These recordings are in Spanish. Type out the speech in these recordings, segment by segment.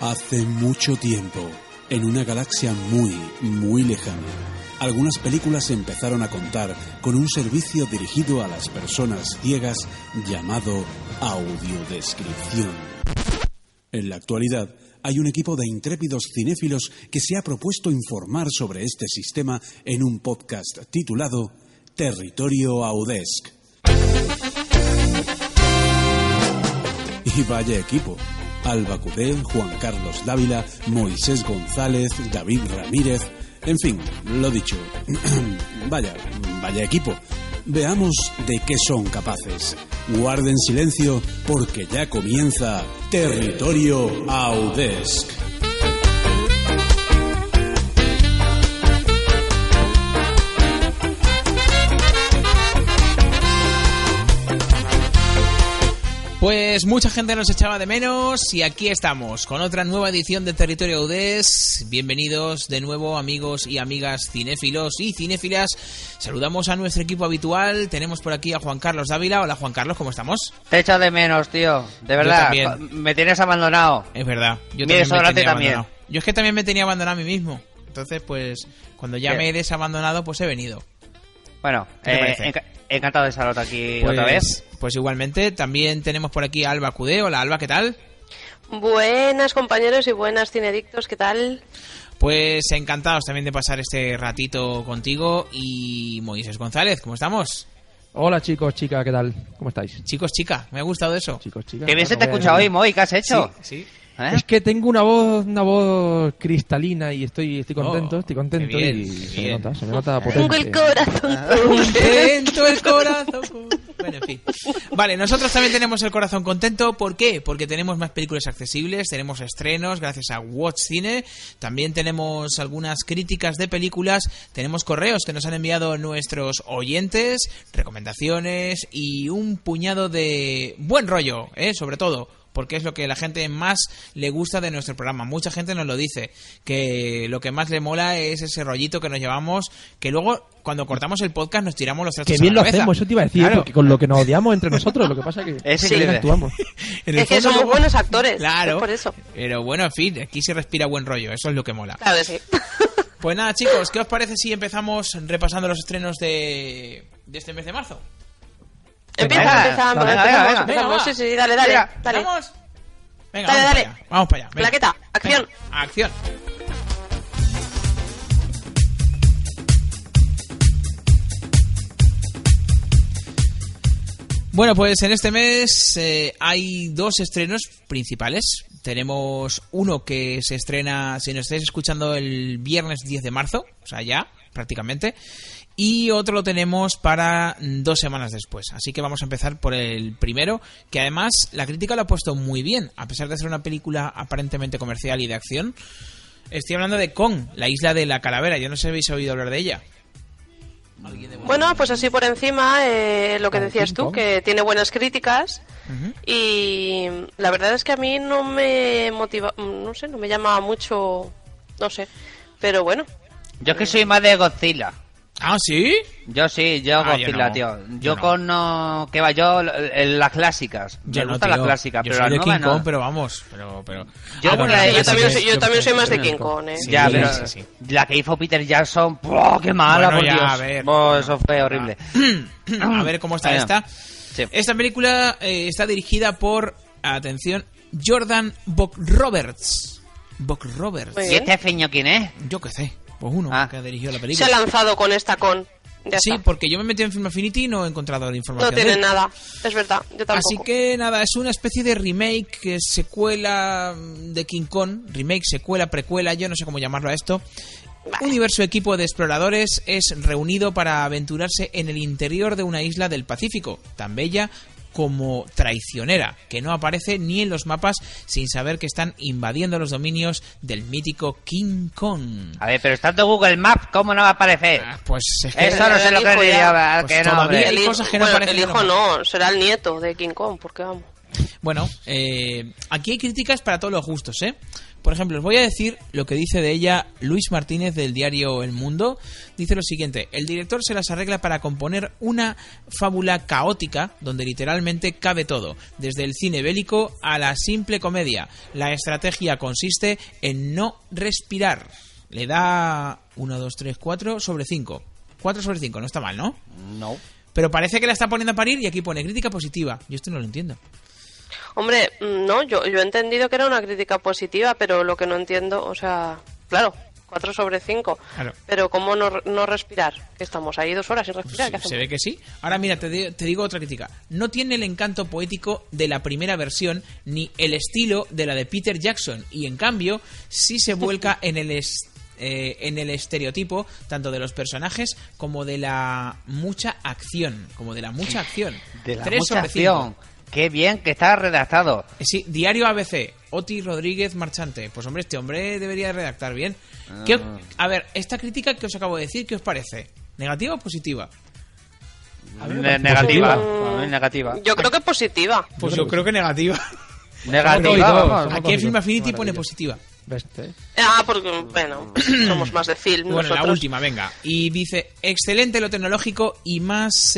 Hace mucho tiempo, en una galaxia muy, muy lejana, algunas películas empezaron a contar con un servicio dirigido a las personas ciegas llamado audiodescripción. En la actualidad, hay un equipo de intrépidos cinéfilos que se ha propuesto informar sobre este sistema en un podcast titulado Territorio Audesc. Y vaya equipo. Alba Cudé, Juan Carlos Dávila, Moisés González, David Ramírez... En fin, lo dicho. Vaya equipo. Veamos de qué son capaces. Guarden silencio porque ya comienza Territorio Audesc. Pues mucha gente nos echaba de menos y aquí estamos con otra nueva edición de Territorio Audesc. Bienvenidos de nuevo, amigos y amigas cinéfilos y cinéfilas. Saludamos a nuestro equipo habitual. Tenemos por aquí a Juan Carlos Dávila. Hola Juan Carlos, ¿cómo estamos? Te echo de menos, tío. De verdad, me tienes abandonado. Es verdad. Yo también me tenía abandonado. Yo es que también me tenía abandonado a mí mismo. Entonces, pues, cuando ya me he desabandonado, pues he venido. Bueno, encantado de estar aquí otra vez. Pues igualmente, también tenemos por aquí a Alba Cudé. Hola Alba, ¿qué tal? Buenas compañeros y buenas cinedictos, ¿qué tal? Pues encantados también de pasar este ratito contigo. Y Moisés González, ¿cómo estamos? Hola chicos, chicas, ¿qué tal? ¿Cómo estáis? Chicos, chica, me ha gustado eso. Chicos, chicas. Qué bien se te escucha hoy, Moi, ¿qué has hecho? Sí. Es que tengo una voz cristalina y estoy contento, bien, y se me nota potente. Tengo el corazón contento, el corazón. Bueno, en fin. Vale, nosotros también tenemos el corazón contento. ¿Por qué? Porque tenemos más películas accesibles, tenemos estrenos gracias a Watch Cine, también tenemos algunas críticas de películas, tenemos correos que nos han enviado nuestros oyentes, recomendaciones y un puñado de buen rollo, sobre todo. Porque es lo que a la gente más le gusta de nuestro programa. Mucha gente nos lo dice, que lo que más le mola es ese rollito que nos llevamos, que luego cuando cortamos el podcast nos tiramos los trastos a la cabeza. Que bien lo hacemos, eso te iba a decir, claro. Porque con lo que nos odiamos entre nosotros, lo que pasa es que bien actuamos. Es que somos buenos actores, claro, es por eso. Pero bueno, en fin, aquí se respira buen rollo, eso es lo que mola. Claro que sí. Pues nada, chicos, ¿qué os parece si empezamos repasando los estrenos de este mes de marzo? Empezamos. Sí, dale. ¿Vamos? Venga, dale. Vamos para allá. Venga. Plaqueta, acción. Venga, acción. Bueno, pues en este mes hay dos estrenos principales. Tenemos uno que se estrena, si nos estáis escuchando, el viernes 10 de marzo, o sea, ya, prácticamente. Y otro lo tenemos para 2 semanas después. Así que vamos a empezar por el primero, que además la crítica lo ha puesto muy bien, a pesar de ser una película aparentemente comercial y de acción. Estoy hablando de Kong, la isla de la calavera. Yo no sé si habéis oído hablar de ella. Bueno, pues así por encima, lo que decías tú, que tiene buenas críticas. Y la verdad es que a mí no me motiva, no sé, no me llama mucho, no sé, pero bueno. Yo es que soy más de Godzilla. ¿Ah, sí? Yo Godzilla, tío. Yo las clásicas. Me gustan las clásicas, pero soy de las King nuevas Kong, no. pero vamos. Yo también soy más de King Kong, Sí, ya, pero sí. la que hizo Peter Jackson, ¡oh, qué mala, bueno, por ya, Dios! A ver, Eso fue horrible. A ver cómo está esta. Sí. Esta película está dirigida por, atención, Jordan Vogt-Roberts. ¿Y este feño quién es? Yo qué sé, pues uno que dirigió la película. Se ha lanzado con esta Ya sí, está. Porque yo me metí en Film Affinity y no he encontrado la información. No tiene nada, es verdad, yo tampoco. Así que nada, es una especie de remake, secuela de King Kong. Remake, secuela, precuela, yo no sé cómo llamarlo a esto. Un diverso equipo de exploradores es reunido para aventurarse en el interior de una isla del Pacífico, tan bella como traicionera, que no aparece ni en los mapas, sin saber que están invadiendo los dominios del mítico King Kong. A ver, pero estando Google Maps, ¿cómo no va a aparecer? Pues es que eso no sé lo que diría, pues que no, todavía hombre. hay cosas que no aparecen. El hijo no, será el nieto de King Kong, porque vamos. Bueno, aquí hay críticas para todos los gustos, ¿eh? Por ejemplo, os voy a decir lo que dice de ella Luis Martínez del diario El Mundo. Dice lo siguiente: el director se las arregla para componer una fábula caótica donde literalmente cabe todo, desde el cine bélico a la simple comedia. La estrategia consiste en no respirar. Le da 1, 2, 3, 4 sobre 5. 4 sobre 5, no está mal, ¿no? No. Pero parece que la está poniendo a parir y aquí pone crítica positiva. Yo esto no lo entiendo. Hombre, no, yo he entendido que era una crítica positiva, pero lo que no entiendo, o sea, claro, 4 sobre 5. Claro. Pero ¿cómo no respirar? Que estamos ahí 2 horas sin respirar. ¿Qué hacemos? Se ve que sí. Ahora mira, te digo otra crítica. No tiene el encanto poético de la primera versión ni el estilo de la de Peter Jackson, y en cambio sí se vuelca en el estereotipo tanto de los personajes como de la mucha acción. De la 3 mucha sobre acción. 5. Qué bien que está redactado. Sí, diario ABC, Oti Rodríguez Marchante. Pues hombre, este hombre debería redactar bien. A ver, esta crítica que os acabo de decir, ¿qué os parece? ¿Negativa o positiva? Negativa. Negativa. Yo creo que positiva. Pues yo creo que negativa. Negativa, vamos. Aquí en Film Affinity pone positiva. Porque, bueno, somos más de film. Bueno, nosotros. la última, venga. Y dice, excelente lo tecnológico y más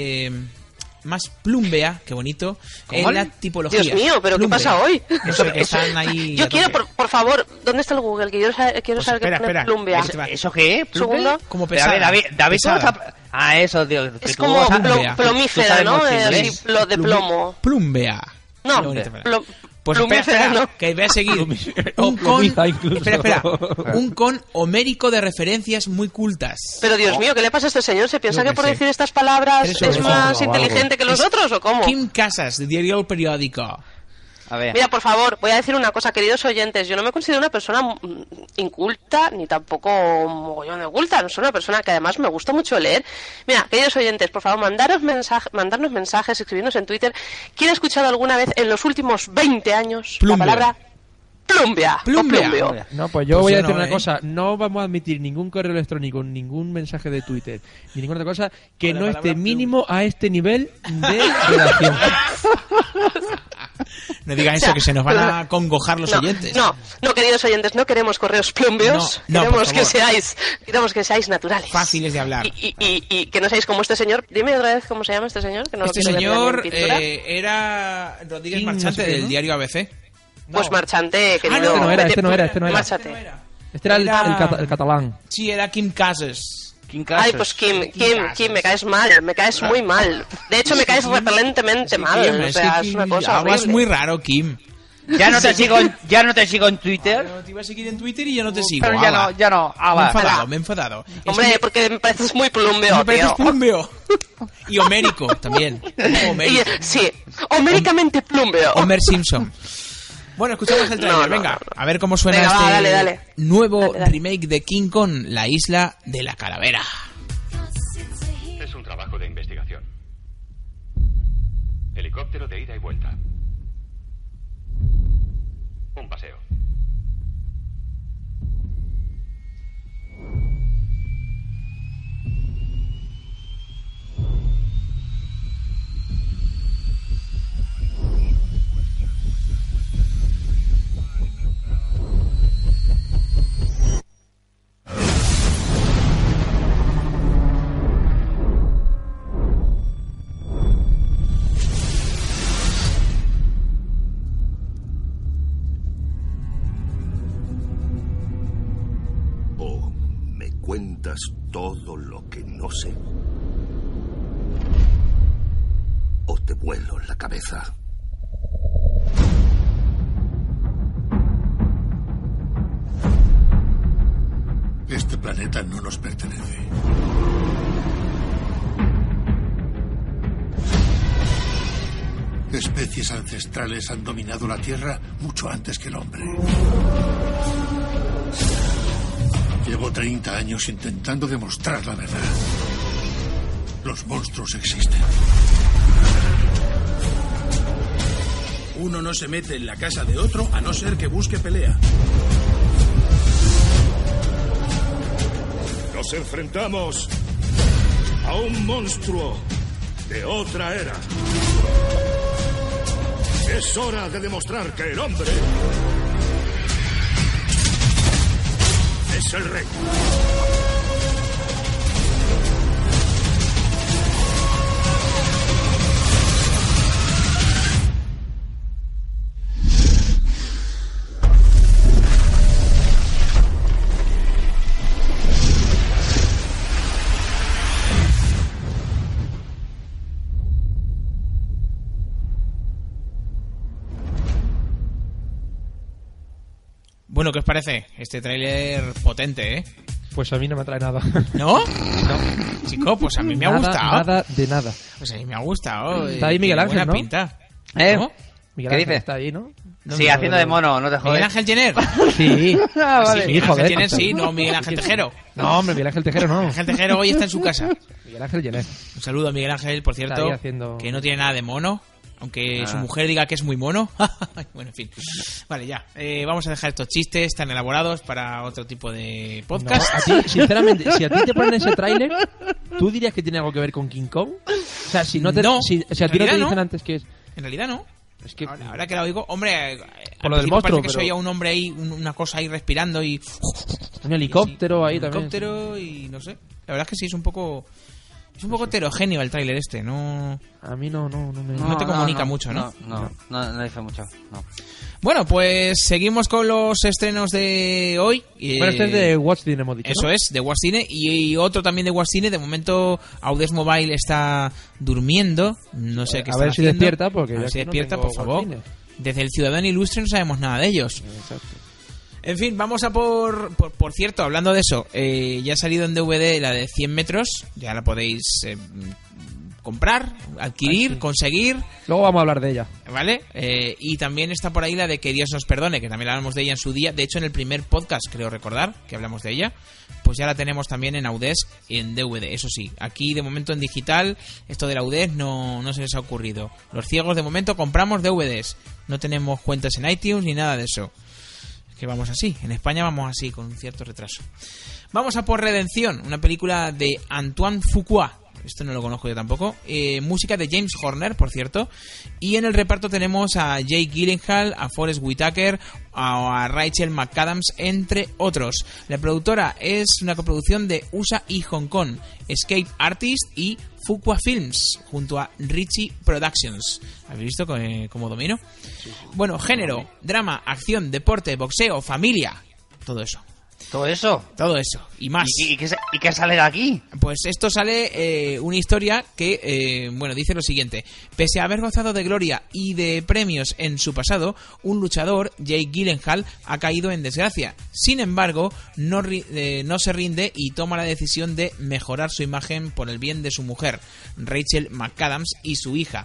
plumbea, qué bonito, en la tipología. Dios mío, pero Plumbea. ¿qué pasa hoy? Eso de que están ahí. Yo quiero, por favor, ¿dónde está el Google? Que quiero saber Pues qué pone plumbea. ¿Eso qué? Segundo. Como pesada. David, Pesada. eso, Dios. Es como plomífera, ¿no? De plomo. Plumbea. No, Pues plumífera, espera, ¿no? que voy a seguir. Espera. Un con homérico de referencias muy cultas. Pero Dios mío, ¿qué le pasa a este señor? ¿Se piensa que por decir estas palabras es más inteligente que los otros o cómo? Kim Casas, de Diario El Periódico. A ver. Mira, por favor, voy a decir una cosa, queridos oyentes. Yo no me considero una persona inculta, ni tampoco mogollón de culta. No soy una persona que además me gusta mucho leer. Mira, queridos oyentes, por favor, mandarnos mensajes, escribirnos en Twitter. ¿Quién ha escuchado alguna vez en los últimos 20 años la palabra plumbea? Plumbea. No, pues yo voy a decir una cosa. No vamos a admitir ningún correo electrónico, ningún mensaje de Twitter, ni ninguna otra cosa que no esté mínimo a este nivel de redacción. No digan eso, que se nos van a congojar los oyentes. No, queridos oyentes, no queremos correos plumbeos. Queremos que seáis naturales. Fáciles de hablar. Y que no seáis como este señor. Dime otra vez cómo se llama este señor. Que no este señor era Rodríguez Marchante, del diario ABC. Pues Marchante, Este no era. Márchate. Este era el catalán. Sí, era Kim Casas. Ay, pues Kim, me caes mal, me caes muy mal. De hecho, me caes repelentemente mal. Kim, o sea, es una cosa hablas horrible. muy raro, Kim. Ya no te sigo en Twitter. No, te iba a seguir en Twitter y ya no te sigo. Pero ya no. Me he enfadado. Hombre, porque me pareces muy plumbeo, me pareces tío. plumbeo. Y homérico también. Sí, homéricamente plumbeo. Homer Simpson. Bueno, escuchamos el trailer, venga. A ver cómo suena dale. nuevo remake de King Kong, La Isla de la Calavera. Es un trabajo de investigación. Helicóptero de ida y vuelta. Un paseo. Cuentas todo lo que no sé. O te vuelo la cabeza. Este planeta no nos pertenece. Especies ancestrales han dominado la Tierra mucho antes que el hombre. Llevo 30 años intentando demostrar la verdad. Los monstruos existen. Uno no se mete en la casa de otro a no ser que busque pelea. Nos enfrentamos a un monstruo de otra era. Es hora de demostrar que el hombre es el rey. Bueno, ¿qué os parece? Este tráiler potente, ¿eh? Pues a mí no me atrae nada. ¿No? No. Chico, pues a mí me ha gustado. Nada de nada. Pues a mí me ha gustado. Está ahí Miguel Ángel, buena ¿no? Pinta. ¿No? Miguel ¿Qué Ángel dice? está ahí, ¿no? Sí, haciendo de mono, no te ¿Miguel jodes. Ángel Jenner? Sí. Vale. Sí, Miguel joder. Ángel Jenner sí, no Miguel Ángel Tejero. No, hombre, Miguel Ángel Tejero no. Miguel Ángel Tejero hoy está en su casa. Miguel Ángel Jenner. Un saludo a Miguel Ángel, por cierto, Está ahí haciendo- que no tiene nada de mono. Aunque su mujer diga que es muy mono. Bueno, en fin. Vale, ya. Vamos a dejar estos chistes tan elaborados para otro tipo de podcast. No, a ti, sinceramente, si a ti te ponen ese tráiler, ¿tú dirías que tiene algo que ver con King Kong? O sea, si no te, No, si a en ti no te realidad dicen no. antes que es... En realidad no. Es que... Ahora que la oigo, hombre, Por lo del monstruo, parece que pero- soy un hombre ahí, una cosa ahí respirando y... Un helicóptero ahí un también. helicóptero y no sé. La verdad es que sí, es un poco... Es un poco heterogéneo el tráiler este, no... A mí no me... No te comunica mucho, ¿no? No dice mucho, no. Bueno, pues seguimos con los estrenos de hoy. Bueno, este es de Watch Cine, hemos dicho, Eso ¿no? es, de Watch Cine. Y otro también de Watch Cine. De momento, Audes Mobile está durmiendo. No sé qué A está ver si haciendo. despierta, porque A ver yo si aquí no despierta, tengo por favor. Watch Cine. Desde el Ciudadano Ilustre no sabemos nada de ellos. Exacto. En fin, vamos a por cierto, hablando de eso, ya ha salido en DVD la de 100 metros, ya la podéis comprar, adquirir, conseguir, Luego vamos a hablar de ella. ¿vale? Y también está por ahí la de Que Dios nos perdone, que también hablamos de ella en su día, de hecho en el primer podcast, creo recordar, que hablamos de ella, pues ya la tenemos también en Audesc en DVD, eso sí, aquí de momento en digital, esto de la Audesc no se les ha ocurrido. Los ciegos de momento compramos DVDs, no tenemos cuentas en iTunes ni nada de eso. Que vamos así, en España vamos así, con un cierto retraso. Vamos a por Redención, una película de Antoine Fuqua. Esto no lo conozco yo tampoco. Música de James Horner, por cierto. Y en el reparto tenemos a Jake Gyllenhaal, a Forest Whitaker, a Rachel McAdams, entre otros. La productora es una coproducción de USA y Hong Kong, Escape Artist y Fuqua Films, junto a Richie Productions. ¿Habéis visto cómo domino? Bueno, género, drama, acción, deporte, boxeo, familia, todo eso. ¿Todo eso? Todo eso, y más. ¿Y qué sale de aquí? Pues esto sale una historia que, bueno, dice lo siguiente. Pese a haber gozado de gloria y de premios en su pasado, un luchador, Jake Gyllenhaal, ha caído en desgracia. Sin embargo, no se rinde y toma la decisión de mejorar su imagen por el bien de su mujer, Rachel McAdams, y su hija.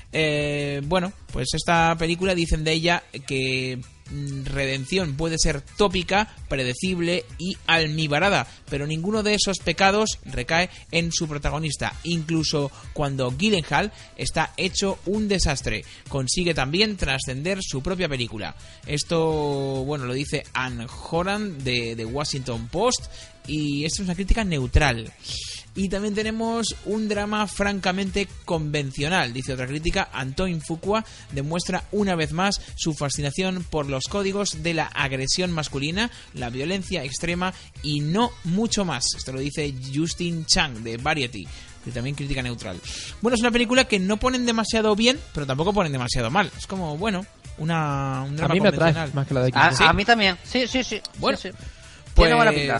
Bueno, pues esta película dicen de ella que Redención puede ser tópica, predecible y almibarada, pero ninguno de esos pecados recae en su protagonista. Incluso cuando Gyllenhaal está hecho un desastre, consigue también trascender su propia película. Esto, bueno, lo dice Ann Horan de Washington Post, y esto es una crítica neutral. Y también tenemos un drama francamente convencional, dice otra crítica. Antoine Fuqua demuestra una vez más su fascinación por los códigos de la agresión masculina, la violencia extrema y no mucho más. Esto lo dice Justin Chang de Variety, que también crítica neutral. Bueno, es una película que no ponen demasiado bien, pero tampoco ponen demasiado mal. Es como, bueno, un drama convencional. A mí me atrae más que la de King Kong. A mí también. Sí. Bueno, sí. pues... Tiene buena pinta.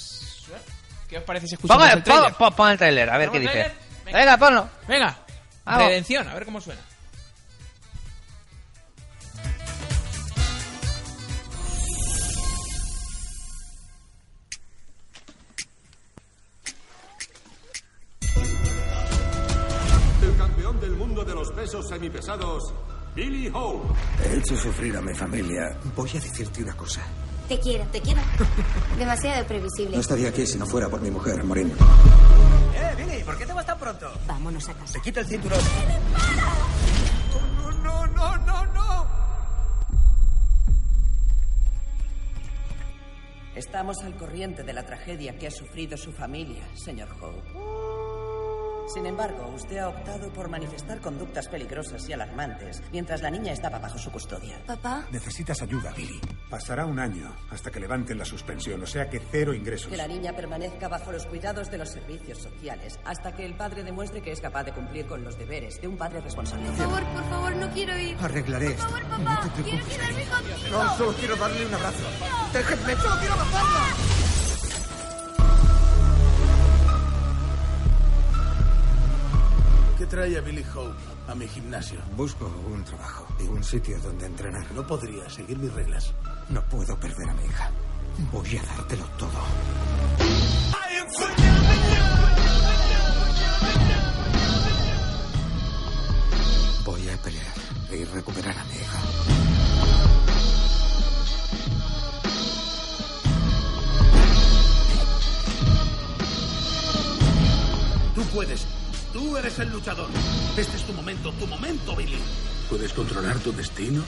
¿Qué os parece si escuchamos el trailer? Pon el trailer, a ver qué ¿Pongo el dice. tráiler? Venga, ponlo. Venga, Vamos. Redención, a ver cómo suena. El campeón del mundo de los pesos semipesados, Billy Howe. He hecho sufrir a mi familia. Voy a decirte una cosa. Te quiero. Demasiado previsible. No estaría aquí si no fuera por mi mujer, Maureen. Billy, ¿por qué te vas tan pronto? Vámonos a casa. Se quita el cinturón. ¡No! Estamos al corriente de la tragedia que ha sufrido su familia, señor Howe. Sin embargo, usted ha optado por manifestar conductas peligrosas y alarmantes mientras la niña estaba bajo su custodia. ¿Papá? Necesitas ayuda, Billy. Pasará un año hasta que levanten la suspensión, o sea que 0 ingresos. Que la niña permanezca bajo los cuidados de los servicios sociales hasta que el padre demuestre que es capaz de cumplir con los deberes de un padre responsable. Por favor, no quiero ir. Arreglaré esto. Por favor, papá, quiero quedarme contigo. No, solo quiero darle un abrazo. ¡Déjenme! ¡Solo quiero abrazarla! ¿Qué trae a Billy Hope a mi gimnasio? Busco un trabajo y un sitio donde entrenar. No podría seguir mis reglas. No puedo perder a mi hija. Voy a dártelo todo. Voy a pelear y recuperar a mi hija. Tú puedes. Tú eres el luchador. Este es tu momento, Billy. ¿Puedes controlar tu destino?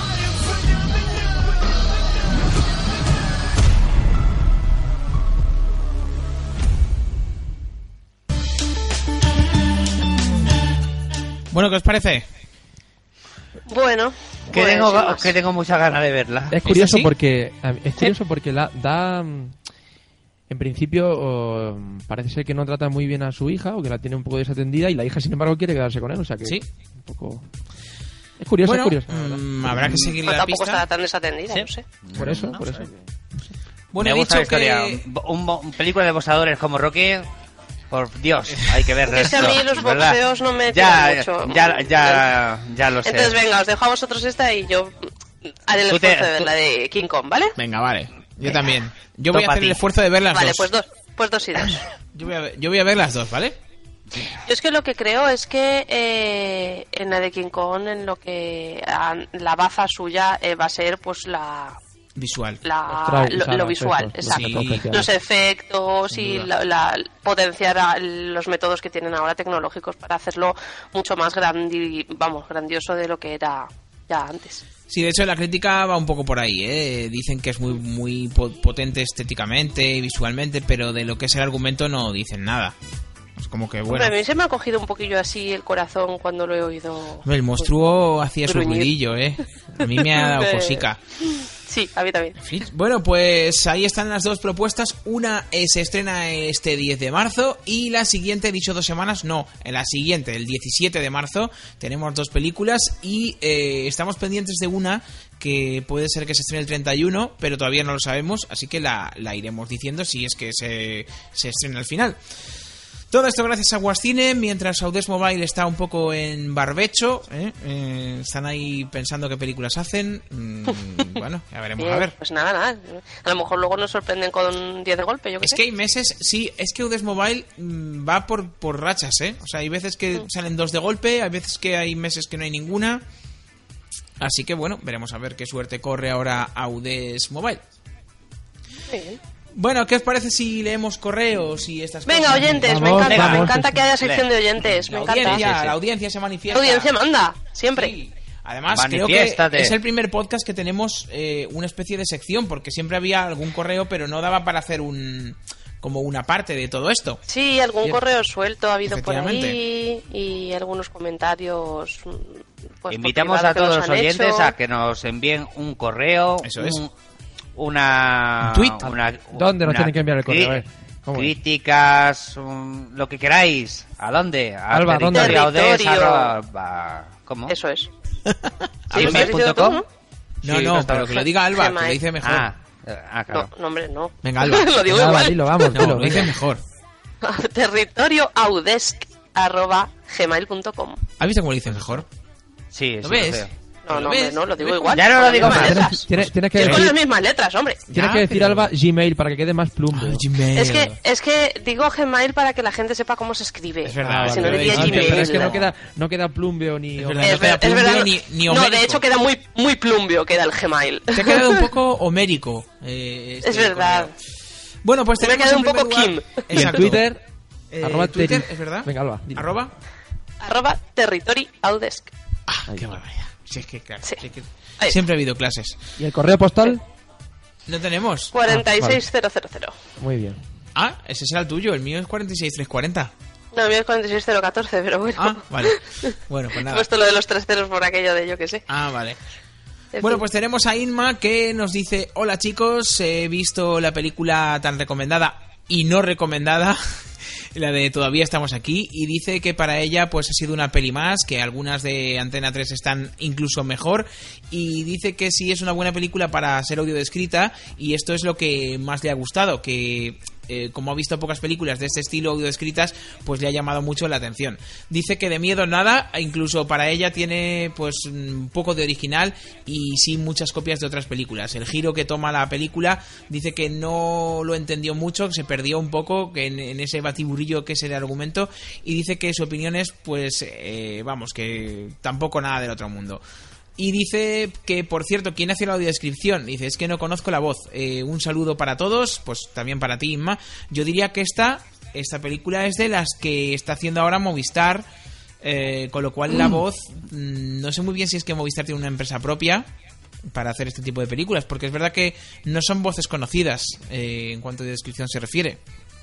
Bueno, ¿qué os parece? Bueno, que tengo muchas ganas de verla. Es curioso ¿Sí? porque da en principio parece ser que no trata muy bien a su hija o que la tiene un poco desatendida y la hija sin embargo quiere quedarse con él, o sea que sí. Un poco es curioso, bueno, es curioso. habrá que seguirle la tampoco pista. estará tan desatendida, ¿Sí? no sé. Por eso. Bueno, Me he gusta la dicho historia. que... Un película de boxeadores como Rocky. Por Dios, hay que ver Es que a esto, mí los ¿verdad? boxeos no me tiran mucho. Ya lo sé. Entonces, venga, os dejo a vosotros esta y yo haré el esfuerzo de ver la de King Kong, ¿vale? Venga, vale. Yo Venga. también. Yo voy a Topa hacer ti. el esfuerzo de ver las Vale, dos. pues dos y dos. Yo voy a ver las dos, ¿vale? Yo es que lo que creo es que en la de King Kong, en lo que la baza suya va a ser pues la Visual. lo visual, exacto. Sí. Los efectos y potenciar los métodos que tienen ahora tecnológicos para hacerlo mucho más grandioso de lo que era ya antes. Sí, de hecho la crítica va un poco por ahí, ¿eh? Dicen que es muy potente estéticamente y visualmente, pero de lo que es el argumento no dicen nada. Es como que, bueno... Hombre, a mí se me ha cogido un poquillo así el corazón cuando lo he oído. El monstruo hacía su gruñir. ruidillo, ¿eh? A mí me ha dado cosica. Sí, a mí también. Bueno, pues ahí están las dos propuestas. Una se estrena este 10 de marzo y la siguiente, he dicho 2 semanas, no, en la siguiente, el 17 de marzo, tenemos 2 películas y estamos pendientes de una que puede ser que se estrene el 31, pero todavía no lo sabemos, así que la iremos diciendo si es que se estrena al final. Todo esto gracias a Guascine, mientras Audés Mobile está un poco en barbecho, están ahí pensando qué películas hacen. Bueno, ya veremos, Bien, a ver. Pues nada. A lo mejor luego nos sorprenden con 10 de golpe, yo qué sé. Es que hay meses, sí, es que Audés Mobile va por rachas, ¿eh? O sea, hay veces que salen 2 de golpe, hay veces que hay meses que no hay ninguna. Así que bueno, veremos a ver qué suerte corre ahora Audés Mobile. Muy bien. Bueno, ¿qué os parece si leemos correos y estas Venga, cosas? oyentes, me encanta que haya sección de oyentes. Me encanta. La audiencia se manifiesta. La audiencia manda, siempre. Sí. Además, creo que es el primer podcast que tenemos una especie de sección, porque siempre había algún correo, pero no daba para hacer como una parte de todo esto. Sí, algún correo suelto ha habido por ahí y algunos comentarios. Pues, invitamos a todos los oyentes a que nos envíen un correo. Eso es. ¿Un tweet? ¿Dónde nos tienen que enviar el correo? A ver, críticas, lo que queráis. ¿A dónde? Alba, ¿dónde? ¿Cómo? Eso es. ¿Gmail.com? No, pero que lo diga Alba, que lo dice mejor. Claro. No, hombre, no. Venga, Alba. Lo digo igual. Dilo, vamos, no, lo dice mejor. territorioaudesc@gmail.com. ¿Has visto cómo lo dice mejor? Sí, ¿Lo sí, ves? No, lo digo igual. Ya no lo digo más. Tienes que con decir, las mismas letras, hombre. tienes que decir, Alba, Gmail para que quede más plumbo. Gmail. Es que digo Gmail para que la gente sepa cómo se escribe. Es verdad. Si no diría Gmail. Pero es que no queda plumbeo ni... Es verdad, ni no, de hecho queda muy plumbio queda el Gmail. Te ha quedado un poco homérico. Es verdad. Correo. Bueno, pues me ha tenemos quedado un poco Kim. Y en Twitter, Twitter, ¿es verdad? Venga, Alba. Dilo. @ territorioaudesc. Qué barbaridad. Si es que, claro. Sí. Si es que siempre ha habido clases. ¿Y el correo postal? No tenemos. 46000. Muy bien. Ese será el tuyo. El mío es 46340. No, el mío es 46014, pero bueno. Ah, vale. Bueno, pues nada. He puesto lo de los 3 ceros por aquello de yo que sé. Ah, vale. Bueno, pues tenemos a Inma que nos dice: hola chicos, he visto la película tan recomendada y no recomendada, la de Todavía estamos aquí, y dice que para ella pues ha sido una peli más, que algunas de Antena 3 están incluso mejor, y dice que sí es una buena película para ser audio descrita, y esto es lo que más le ha gustado, que como ha visto pocas películas de este estilo audio escritas, pues le ha llamado mucho la atención. Dice que de miedo nada, incluso para ella tiene pues un poco de original y sí muchas copias de otras películas. El giro que toma la película dice que no lo entendió mucho, que se perdió un poco en ese batiburrillo que es el argumento, y dice que su opinión es pues vamos, que tampoco nada del otro mundo. Y dice que, por cierto, ¿quién hace la audiodescripción? Dice, es que no conozco la voz. Un saludo para todos, pues también para ti, Inma. Yo diría que esta película es de las que está haciendo ahora Movistar, con lo cual la voz, no sé muy bien si es que Movistar tiene una empresa propia para hacer este tipo de películas, porque es verdad que no son voces conocidas en cuanto a descripción se refiere.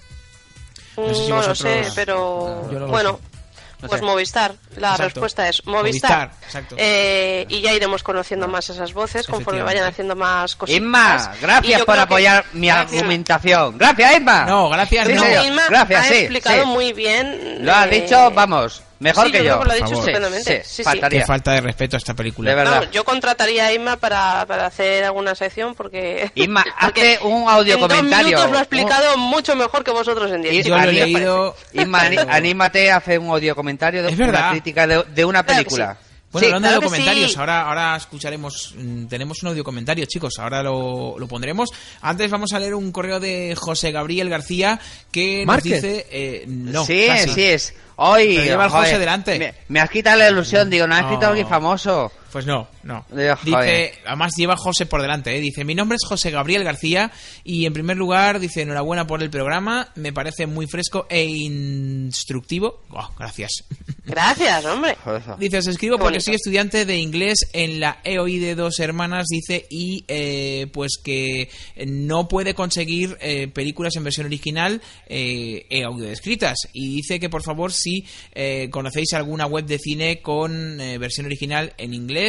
No, sé si lo sé, pero bueno... Pues Movistar, la respuesta es Movistar. Exacto. Y ya iremos conociendo más esas voces conforme vayan haciendo más cosas. Inma, gracias por apoyar mi argumentación. Gracias, Inma. No, gracias, no. Inma ha explicado muy bien. Lo has dicho, vamos, mejor que yo. Lo ha dicho estupendamente. Sí. Qué falta de respeto a esta película. De verdad. No, yo contrataría a Inma para hacer alguna sección porque... Inma, hazte un audio comentario. En 2 minutos lo ha explicado mucho mejor que vosotros en 10. Yo lo he leído... Inma, anímate a hacer un audio comentario de una crítica de una película. Bueno, hablando de comentarios, ahora escucharemos, tenemos un audio comentario, chicos, ahora lo pondremos. Antes vamos a leer un correo de José Gabriel García que nos dice... no, sí, casi. Sí es. Hoy lleva el José delante. Me has quitado la ilusión, digo, ¿no has escrito alguien famoso? Pues no. Dice, además lleva José por delante, dice, mi nombre es José Gabriel García y en primer lugar dice, enhorabuena por el programa, me parece muy fresco e instructivo. Gracias. Gracias, hombre. Dice, os escribo porque soy estudiante de inglés en la EOI de 2 hermanas, dice, y pues que no puede conseguir películas en versión original audio descritas, y dice que por favor si conocéis alguna web de cine con versión original en inglés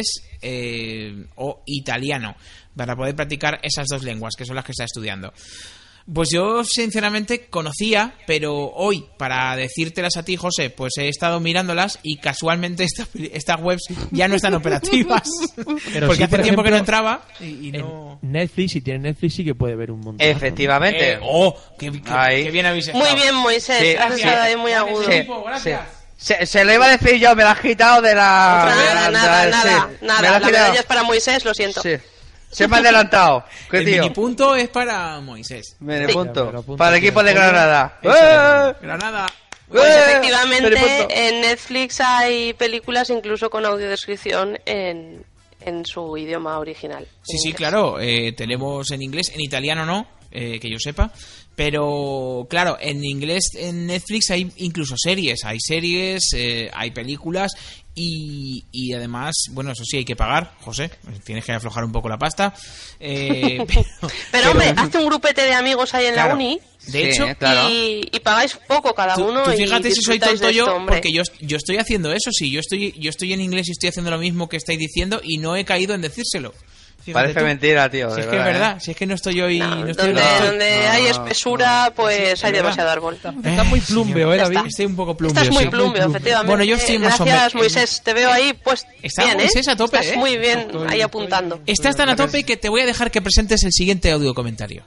o italiano para poder practicar esas 2 lenguas que son las que está estudiando. Pues yo sinceramente conocía, pero hoy para decírtelas a ti, José, pues he estado mirándolas y casualmente estas webs ya no están operativas. Pero porque sí, hace tiempo ejemplo, que no entraba y no... Netflix, si tiene Netflix sí que puede ver un montón. Efectivamente. Qué bien habéis estado. Muy bien, Moisés. Sí, Gracias, ahí muy agudo. Gracias. Se lo iba a decir yo, me la has quitado de la... Nada. La medalla es para Moisés, lo siento. Sí. Se me ha adelantado. ¿Qué el minipunto es para Moisés. Minipunto. Para el equipo de Granada. Granada. Pues efectivamente en Netflix hay películas incluso con audiodescripción en su idioma original. Sí, claro. Tenemos en inglés, en italiano no, que yo sepa. Pero claro, en inglés en Netflix hay incluso series, hay películas y además, bueno, eso sí hay que pagar, José, tienes que aflojar un poco la pasta. Pero hombre, hazte un grupete de amigos ahí en la uni. De hecho, y pagáis poco cada uno. Tú fíjate si soy tonto yo, esto, porque yo estoy haciendo eso, sí, yo estoy en inglés y estoy haciendo lo mismo que estáis diciendo y no he caído en decírselo. Fíjate Parece mentira, tío. Si es que es verdad, si es que no estoy hoy... Donde hay espesura, pues hay demasiado árbol. Está muy plumbeo, David. Estoy un poco plumbeo. Estás muy plumbeo, efectivamente. Bueno, yo estoy más o menos... Gracias, Moisés. Te veo ahí, pues Está bien, Moisés a tope, Estás muy bien ahí apuntando. Estás tan a tope que te voy a dejar que presentes el siguiente audio comentario.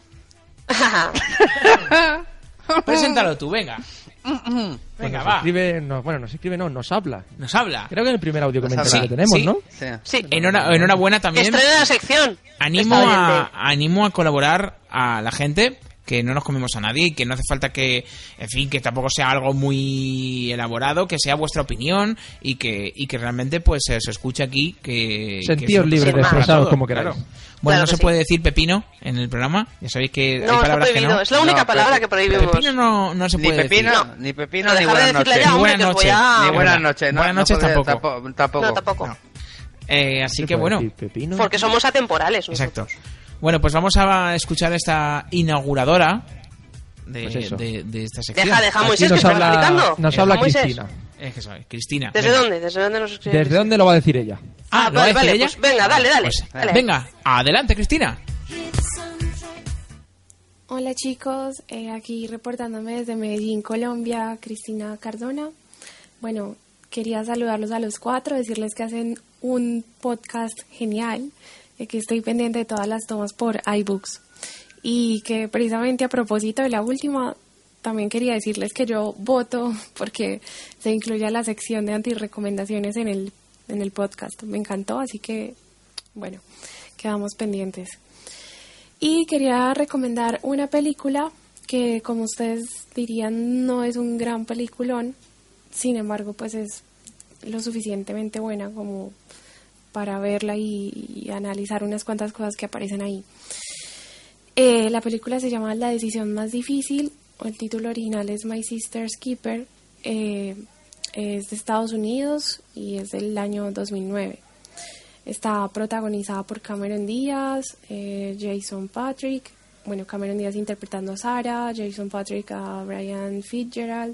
Preséntalo tú, venga. Venga, va. Nos habla. Nos habla. Creo que es el primer audio comentario que tenemos, ¿no? Sí. Enhorabuena también. Estrena la sección. Animo a colaborar a la gente, que no nos comemos a nadie y que no hace falta que, en fin, que tampoco sea algo muy elaborado, que sea vuestra opinión y que realmente pues se escuche aquí que... Sentíos libres de expresaros como queráis. Claro. Bueno, no se puede decir pepino en el programa. Ya sabéis que hay palabras que no. Es la única palabra que prohibimos. Pepino no se puede decir. Ni pepino, ni buenas noches. Ni buenas noches. Ni buenas noches. Buenas noches tampoco. No, tampoco. Así que bueno. Porque somos atemporales. Exacto. Bueno, pues vamos a escuchar esta inauguradora de, Pues de esta sección. Deja Moisés, que está explicando. Nos habla Cristina. Es que soy Cristina. ¿Desde dónde? ¿Desde dónde nos escribe? ¿Desde dónde lo va a decir ella? ¿lo va a decir ella? Pues venga, dale. Pues, dale. Venga, adelante, Cristina. Hola chicos, aquí reportándome desde Medellín, Colombia, Cristina Cardona. Bueno, quería saludarlos a los 4, decirles que hacen un podcast genial, que estoy pendiente de todas las tomas por iBooks. Y que precisamente a propósito de la última, también quería decirles que yo voto porque se incluya la sección de antirrecomendaciones en el podcast. Me encantó, así que, bueno, quedamos pendientes. Y quería recomendar una película que, como ustedes dirían, no es un gran peliculón, sin embargo, pues es lo suficientemente buena como para verla y analizar unas cuantas cosas que aparecen ahí. La película se llama La decisión más difícil, o el título original es My Sister's Keeper. Es de Estados Unidos y es del año 2009. Está protagonizada por Cameron Díaz, Jason Patric, Cameron Díaz interpretando a Sarah, Jason Patric a Brian Fitzgerald,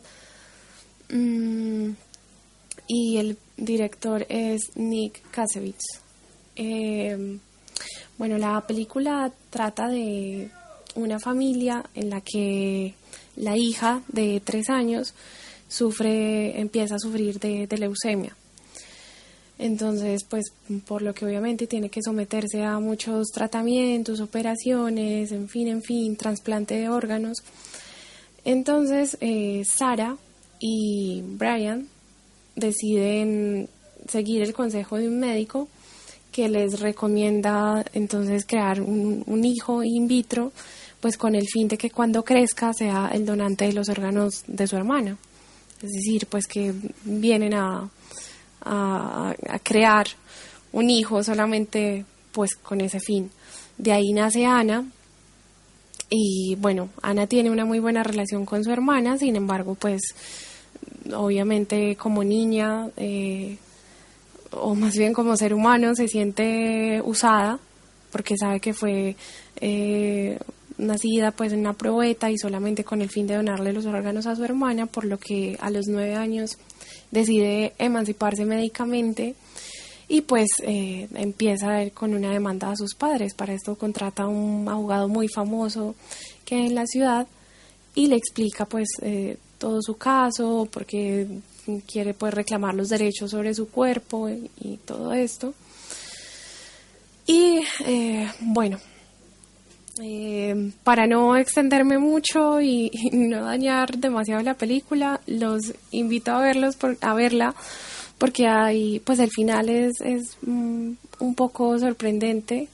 y el director es Nick Cassavetes. La película trata de una familia en la que la hija de 3 años empieza a sufrir de leucemia. Entonces, pues, por lo que obviamente tiene que someterse a muchos tratamientos, operaciones, en fin, trasplante de órganos. Entonces, Sarah y Brian deciden seguir el consejo de un médico que les recomienda entonces crear un hijo in vitro, pues con el fin de que cuando crezca sea el donante de los órganos de su hermana. Es decir, pues que vienen a crear un hijo solamente pues con ese fin. De ahí nace Ana y Ana tiene una muy buena relación con su hermana, sin embargo pues obviamente como niña o más bien como ser humano se siente usada porque sabe que fue nacida pues en una probeta y solamente con el fin de donarle los órganos a su hermana, por lo que a los 9 años decide emanciparse médicamente y pues empieza con una demanda a sus padres. Para esto contrata a un abogado muy famoso que hay en la ciudad y le explica pues todo su caso, porque quiere pues reclamar los derechos sobre su cuerpo y todo esto. Y para no extenderme mucho y no dañar demasiado la película, los invito a verla porque hay, pues el final es un poco sorprendente.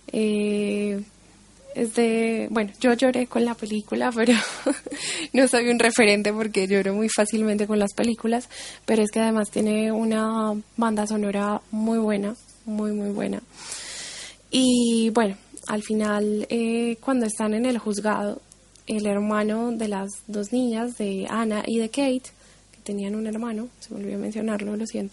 Yo lloré con la película, pero no soy un referente porque lloro muy fácilmente con las películas, pero es que además tiene una banda sonora muy buena, muy muy buena. Y al final, cuando están en el juzgado, el hermano de las 2 niñas, de Ana y de Kate, que tenían un hermano, se me olvidó mencionarlo, lo siento,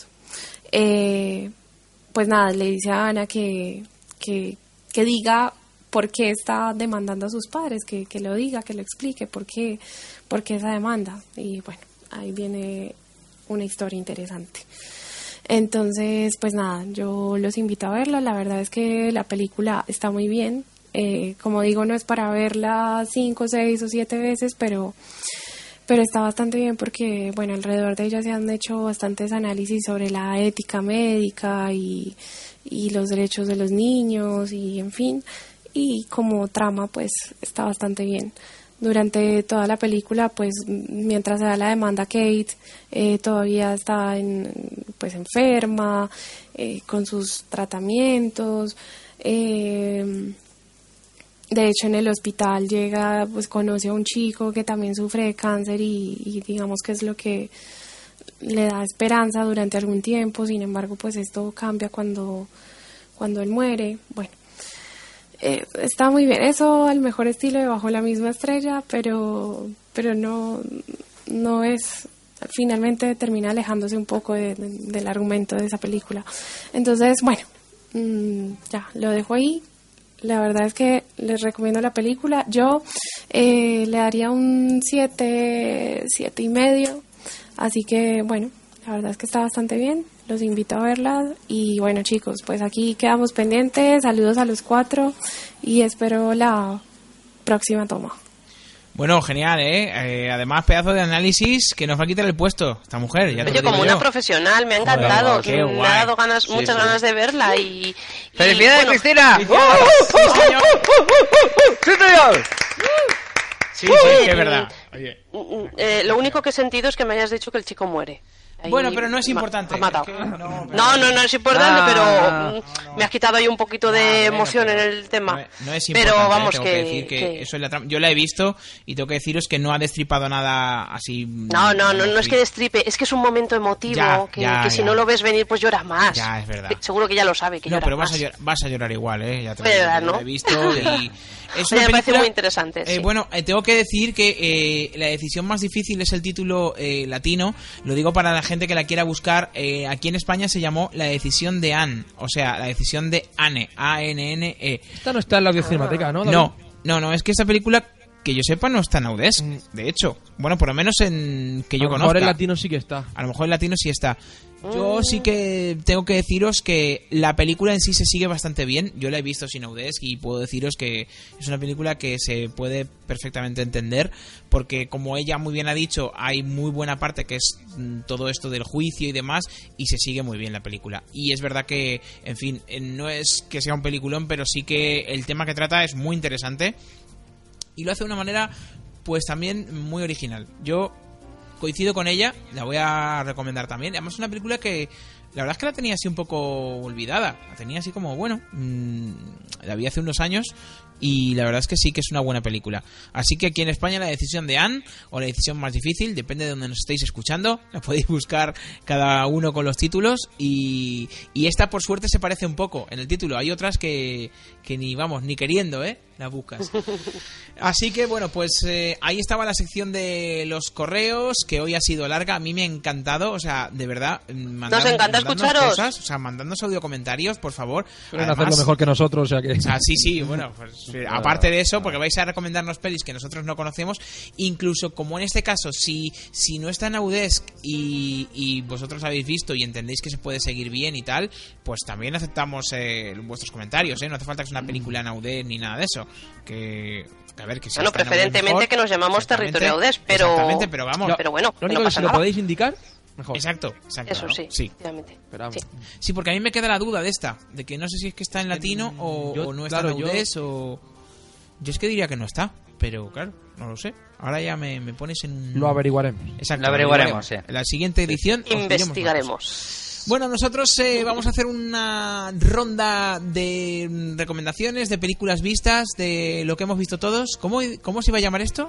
pues nada, le dice a Ana que diga por qué está demandando a sus padres, que lo diga, que lo explique, por qué esa demanda. Y ahí viene una historia interesante. Entonces, pues nada, yo los invito a verla. La verdad es que la película está muy bien. Como digo, no es para verla 5, 6 o 7 veces, pero está bastante bien porque, alrededor de ella se han hecho bastantes análisis sobre la ética médica y los derechos de los niños y, en fin, y como trama, pues está bastante bien. Durante toda la película, pues mientras se da la demanda, Kate todavía está enferma, con sus tratamientos. De hecho, en el hospital llega, pues conoce a un chico que también sufre de cáncer y digamos que es lo que le da esperanza durante algún tiempo. Sin embargo, pues esto cambia cuando él muere. Está muy bien, eso al mejor estilo de Bajo la misma estrella, pero no es, finalmente termina alejándose un poco del argumento de esa película. Entonces, ya, lo dejo ahí. La verdad es que les recomiendo la película. Yo le daría un 7.5. Así que, bueno, la verdad es que está bastante bien. Los invito a verla. Y bueno, chicos, pues aquí quedamos pendientes. Saludos a los 4 y espero la próxima toma. Bueno, genial, ¿eh? Además, pedazo de análisis que nos va a quitar el puesto esta mujer. Ya Oye, como una profesional, me ha encantado. Joder, me ha dado muchas ganas de verla y... ¡Felicidades, bueno, Cristina! ¡Sí, señor! ¡Sí, señor! Sí, que es verdad. Oye. Lo único que he sentido es que me hayas dicho que el chico muere. Ahí bueno, pero no es importante. Me ha matado. Es que no es importante, pero me has quitado ahí un poquito de emoción en el tema. No es importante, pero vamos, tengo que decir que eso es la trama. Yo la he visto y tengo que deciros que no ha destripado nada así. No es que destripe, es que es un momento emotivo que si no lo ves venir, pues lloras más. Ya, es verdad. Seguro que ya lo sabe, que lloras pero más. vas a llorar igual, ¿eh? Ya te lo he visto y... Es me parece muy interesante. Sí. Bueno, tengo que decir que la decisión más difícil es el título latino. Lo digo para la gente que la quiera buscar. Aquí en España se llamó La decisión de Anne. O sea, la decisión de Anne. A-N-N-E. Esta no está en la audiocinemateca, ¿no? No, es que esta película, que yo sepa, no está en Audesc. De hecho, bueno, por lo menos en que yo conozca. A lo mejor en latino sí que está. A lo mejor en latino sí está. Yo sí que tengo que deciros que la película en sí se sigue bastante bien. Yo la he visto sin Audesc y puedo deciros que es una película que se puede perfectamente entender, porque como ella muy bien ha dicho, hay muy buena parte que es todo esto del juicio y demás, y se sigue muy bien la película. Y es verdad que, en fin, no es que sea un peliculón, pero sí que el tema que trata es muy interesante y lo hace de una manera pues también muy original. Yo coincido con ella, la voy a recomendar también. Además es una película que la verdad es que la tenía así un poco olvidada. La tenía así como, bueno, la vi hace unos años y la verdad es que sí que es una buena película. Así que aquí en España La decisión de Anne, o La decisión más difícil, depende de donde nos estéis escuchando, la podéis buscar cada uno con los títulos y esta por suerte se parece un poco en el título. Hay otras que ni queriendo, la buscas. Así que bueno, pues ahí estaba la sección de los correos, que hoy ha sido larga. A mí me ha encantado, o sea, de verdad, nos encanta escucharos cosas, o sea, mandándonos audio comentarios, por favor. Pueden hacerlo mejor que nosotros, o sea que... sí, bueno, pues aparte de eso, porque vais a recomendarnos pelis que nosotros no conocemos, incluso como en este caso, si no está en Audesc y vosotros habéis visto y entendéis que se puede seguir bien y tal, pues también aceptamos vuestros comentarios, no hace falta que sea una película en Audesc ni nada de eso, a ver, que si bueno, preferentemente mejor, que nos llamamos territorio Audesc, pero... Exactamente, pero vamos... pero bueno, lo único que si lo podéis indicar... Mejor. Exacto. Eso sí, sí. Sí, porque a mí me queda la duda de que no sé si es que está en latino o no está en Audesc o... Yo es que diría que no está, pero claro, no lo sé. Ahora ya me pones en... Lo averiguaremos. Exacto, lo averiguaremos, sí. En la siguiente edición investigaremos. Bueno, nosotros vamos a hacer una ronda de recomendaciones, de películas vistas, de lo que hemos visto todos. ¿Cómo se iba a llamar esto?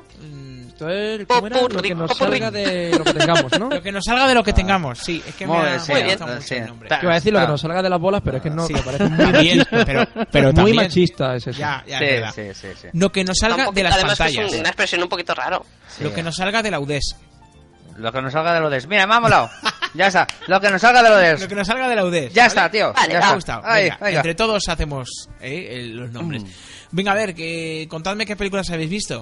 ¿Cómo era? Lo que nos salga de lo que tengamos, ¿no? Lo que nos salga de lo que tengamos, sí. Es que me gusta mucho el nombre. Iba a decir lo que nos salga de las bolas, pero es que no, me parece muy machista. Pero muy machista es eso. Ya, es verdad. Sí. Lo que nos salga de las además pantallas. Es una expresión un poquito raro. Lo que nos salga de la Audesc. Lo que nos salga de la Audesc. Mira, me ha molado. Ya está. Lo que nos salga de la Audesc. Lo que nos salga de la Audesc. Ya está, tío. Vale, ya me ha gustado. Venga, venga. Entre todos hacemos los nombres. Venga, a ver, contadme qué películas habéis visto.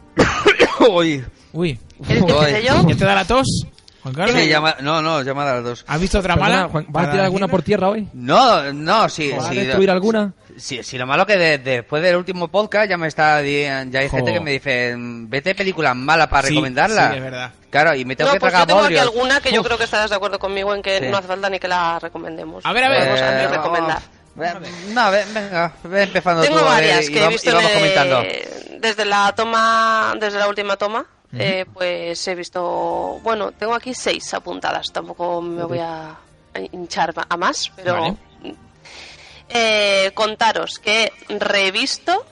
Uy. ¿Quieres que empiece yo? ¿Ya te da la tos, Juan Carlos? Sí, llamada a las dos. ¿Has visto otra mala? Juan, ¿vas a tirar alguna por tierra hoy? No, sí. ¿Vas a destruir alguna? Sí, lo malo que después del último podcast ya hay gente que me dice, vete películas malas para recomendarla. Sí, es verdad. Claro, y me tengo que tragar yo tengo bodrios. aquí alguna que yo creo que estarás de acuerdo conmigo en que no hace falta ni que la recomendemos. A ver. Vamos a recomendar. No, venga, ve empezando tengo tú. Varias que he visto vamos comentando. desde la última toma. Pues he visto, bueno, tengo aquí 6 apuntadas, tampoco me voy a hinchar a más, pero vale. Contaros que he revisto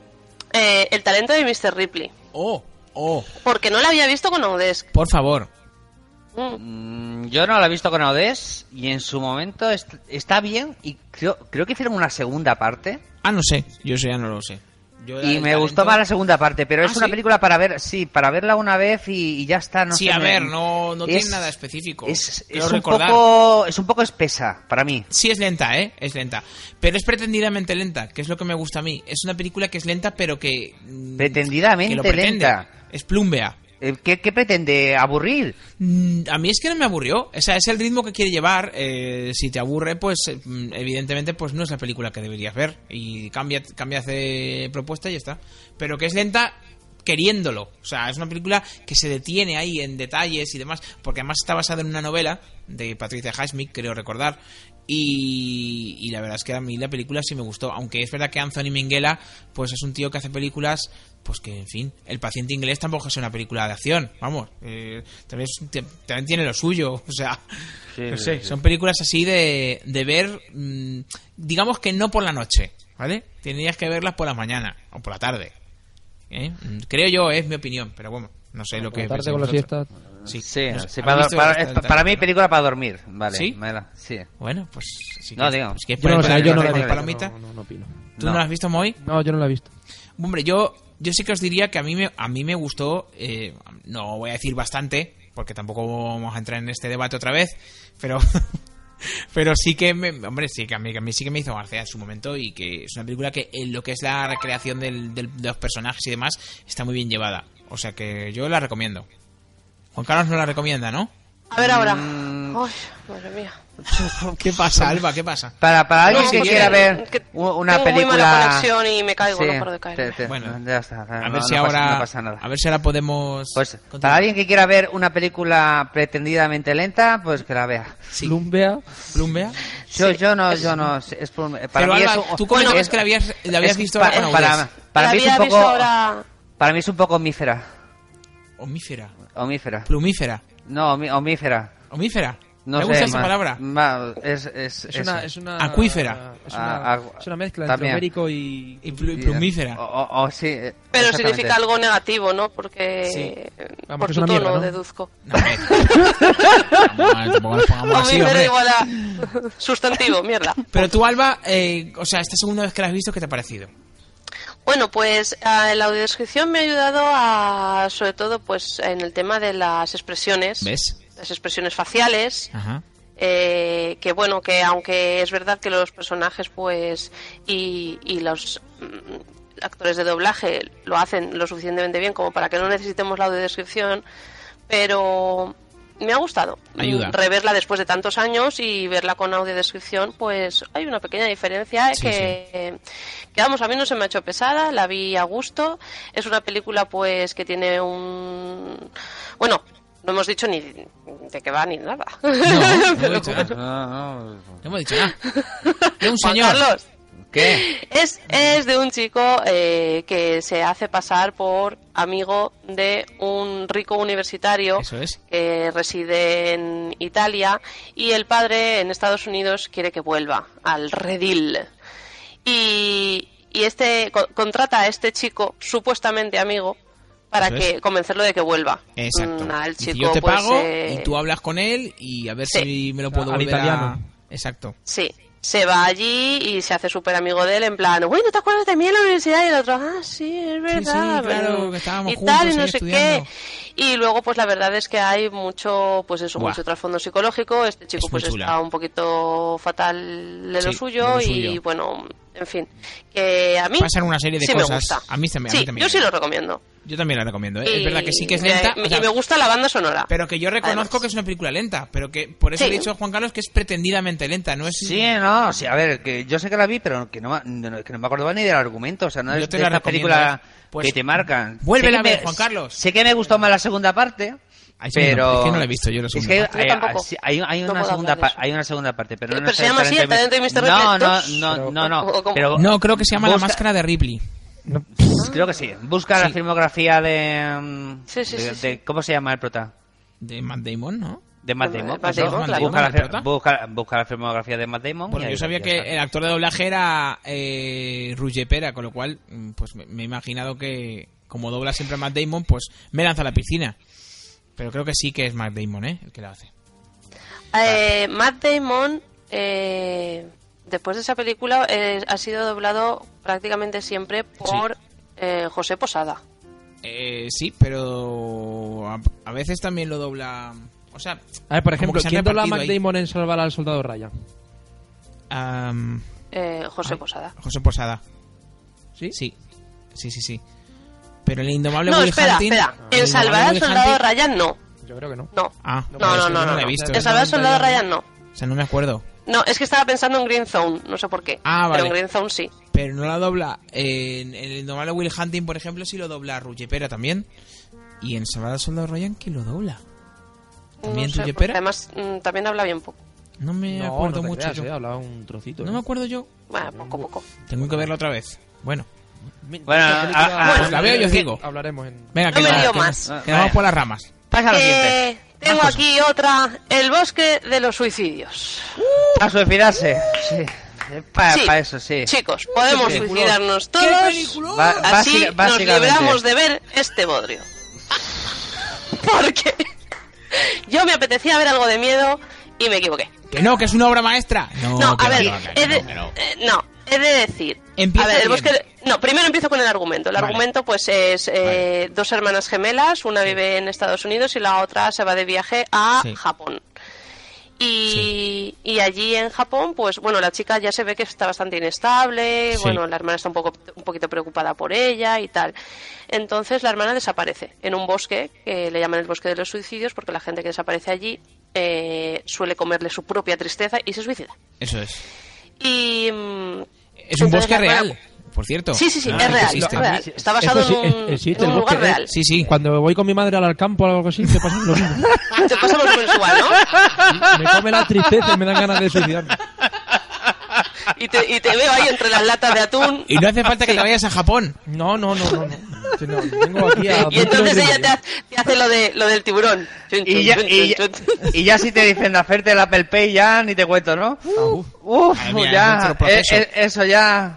El talento de Mr. Ripley. Porque no la había visto con Audesc. Por favor. Yo no la he visto con Audesc y en su momento está bien y creo que hicieron una segunda parte. No sé, yo eso ya no lo sé. Y me gustó más la segunda parte, pero es una película para verla una vez y ya está. No tiene nada específico. Es un poco espesa para mí. Sí, es lenta, es lenta. Pero es pretendidamente lenta, que es lo que me gusta a mí. Es una película que es lenta, pero que... Pretendidamente lenta. Es plumbea. ¿Qué pretende? ¿Aburrir? A mí es que no me aburrió. O sea, es el ritmo que quiere llevar. Si te aburre, pues evidentemente pues no es la película que deberías ver. Y cambia de propuesta y ya está. Pero que es lenta queriéndolo. O sea, es una película que se detiene ahí en detalles y demás. Porque además está basada en una novela de Patricia Highsmith, creo recordar. Y la verdad es que a mí la película sí me gustó. Aunque es verdad que Anthony Minghella pues es un tío que hace películas... Pues que, en fin, El paciente inglés tampoco es una película de acción, vamos, también tiene lo suyo, o sea, son películas así de ver, digamos que no por la noche, ¿vale? Tendrías que verlas por la mañana o por la tarde, creo yo, es mi opinión, pero bueno, no sé lo que... tarde con la siesta... Para mí película para dormir, vale. ¿Sí? Sí. Bueno, pues... Si yo no la he palomita. No opino. ¿Tú no la has visto, Moy? No, yo no la he visto. Hombre, yo sí que os diría que a mí me gustó, no voy a decir bastante, porque tampoco vamos a entrar en este debate otra vez, pero sí que a mí sí que me hizo gracia en su momento, y que es una película que en lo que es la recreación de los personajes y demás está muy bien llevada, o sea que yo la recomiendo. Juan Carlos no la recomienda, ¿no? A ver ahora. Ay, madre mía. ¿Qué pasa, Alba? ¿Qué pasa? Para alguien que quiera ver una tengo película... muy mala conexión y me caigo, no paro de caer. Bueno, ya está. A ver si ahora podemos... Pues para alguien que quiera ver una película pretendidamente lenta, pues que la vea. Sí. ¿Plumbea? Yo no. Es para mí Alba, ¿tú cómo es que la habías visto ahora con audios? Para mí es un poco... Para mí es un poco omífera. ¿Omífera? ¿Plumífera? No, omífera. ¿Omífera? No ¿Me gusta esa palabra? Es una... Acuífera. Es una mezcla entre ibérico y plumífera. Sí. Pero significa algo negativo, ¿no? Porque... Vamos, por tu tono, ¿no? Deduzco. Omífera igual a... Sustantivo, mierda. Pero tú, Alba, o sea, esta segunda vez que la has visto, ¿qué te ha parecido? Bueno, pues la audiodescripción me ha ayudado sobre todo, pues en el tema de las expresiones. ¿Ves? Las expresiones faciales. Ajá. Que bueno, que aunque es verdad que los personajes, pues, y los actores de doblaje lo hacen lo suficientemente bien como para que no necesitemos la audiodescripción, pero me ha gustado reverla después de tantos años y verla con audiodescripción, pues hay una pequeña diferencia que vamos, a mí no se me ha hecho pesada, la vi a gusto. Es una película pues que tiene bueno, no hemos dicho ni de qué va ni nada. No hemos dicho nada. De un señor. Carlos, ¿qué? Es de un chico que se hace pasar por amigo de un rico universitario. Eso es. Que reside en Italia, y el padre en Estados Unidos quiere que vuelva al redil. Y contrata a este chico, supuestamente amigo, para convencerlo de que vuelva. Exacto. El chico, yo te pues, pago y tú hablas con él y a ver si me lo puedo volver italiano. Exacto. Sí. Se va allí y se hace súper amigo de él, en plan, uy, ¿no te acuerdas de mí en la universidad? Y el otro, sí, es verdad. Sí, claro, que estábamos y juntos tal, y no sé estudiando. qué. Y luego, pues la verdad es que hay mucho trasfondo psicológico. Este chico pues está un poquito fatal de lo suyo. Y bueno, en fin, que a mí pasan una serie de sí cosas. Me gusta. A mí también. Yo sí lo recomiendo. Yo también la recomiendo, ¿eh? Es verdad que sí que es lenta. Y me gusta la banda sonora. Pero que yo reconozco que es una película lenta. Pero que por eso he dicho a Juan Carlos que es pretendidamente lenta, ¿no es? Sí, a ver, que yo sé que la vi, pero que no me acordaba ni del argumento. O sea, no yo es te de esta película pues, que te marcan. Vuélvela a ver, Juan Carlos. Sé que me gustó más la segunda parte. Pero es que no la he visto yo la segunda parte. Es que hay una segunda parte, pero no se llama así, el talento de Mr. Ripley. No. No, creo que se llama La máscara de Ripley. No. Creo que sí. Busca la filmografía de... ¿Cómo se llama el prota? De Matt Damon, ¿no? De Matt Damon. Busca la filmografía de Matt Damon. Bueno, yo sabía que el actor de doblaje era Roger Pera, con lo cual pues me he imaginado que como dobla siempre a Matt Damon, pues me lanza a la piscina. Pero creo que sí que es Matt Damon, el que lo hace. Matt Damon, después de esa película, ha sido doblado prácticamente siempre por José Posada. Sí, pero a veces también lo dobla... O sea, a ver, por ejemplo, ¿quién dobla a Matt ahí. Damon en Salvar al Soldado Ryan? José Posada. José Posada. ¿Sí? Sí. Pero el indomable No, Will espera. En Salvar al Soldado Ryan no. Yo creo que no. No. No No. he visto. En Salvar al Soldado Ryan no. O sea, no me acuerdo. No, es que estaba pensando en Green Zone, no sé por qué. Vale. Pero en Green Zone sí. Pero no la dobla. En el indomable Will Hunting, por ejemplo, sí lo dobla Roger Pera también. Y en Salvar al Soldado Ryan, ¿quién lo dobla? ¿También no sé, Roger Pera? Además, también habla bien poco. No me acuerdo mucho. Creas, hablaba un trocito. No me acuerdo yo. Bueno, poco. Tengo que verla otra vez. Bueno, Pues la veo y os digo. Hablaremos en... Venga, No me lío más. Que vamos por las ramas. Pasa lo siguiente. Tengo aquí otra, El bosque de los suicidios. A suicidarse. Sí. Para eso, sí. Chicos, podemos suicidarnos todos. Así nos libramos de ver este bodrio. Porque yo me apetecía ver algo de miedo y me equivoqué. Que no, que es una obra maestra. No, a ver, he de decir. Empieza a ver, el bien. bosque. No, primero empiezo con el argumento. El argumento, pues, es dos hermanas gemelas. Una vive en Estados Unidos y la otra se va de viaje a Japón. Y allí en Japón, pues bueno, la chica ya se ve que está bastante inestable, bueno, la hermana está un poquito preocupada por ella y tal. Entonces la hermana desaparece en un bosque, que le llaman el bosque de los suicidios, porque la gente que desaparece allí suele comerle su propia tristeza y se suicida. Eso es. Y es un bosque real, por cierto. Sí, es real, es real. Está basado en un lugar real. Sí. Cuando voy con mi madre al campo o algo así, te pasa lo mismo. Te pasa más o menos igual, ¿no? Me come la tristeza y me dan ganas de suicidarme. Y te veo ahí entre las latas de atún. Y no hace falta que te vayas a Japón. No. Vengo aquí a... Y entonces ella te hace lo del tiburón. Y ya si te dicen de hacerte el Apple Pay, ya ni te cuento, ¿no? Ya. Eso ya...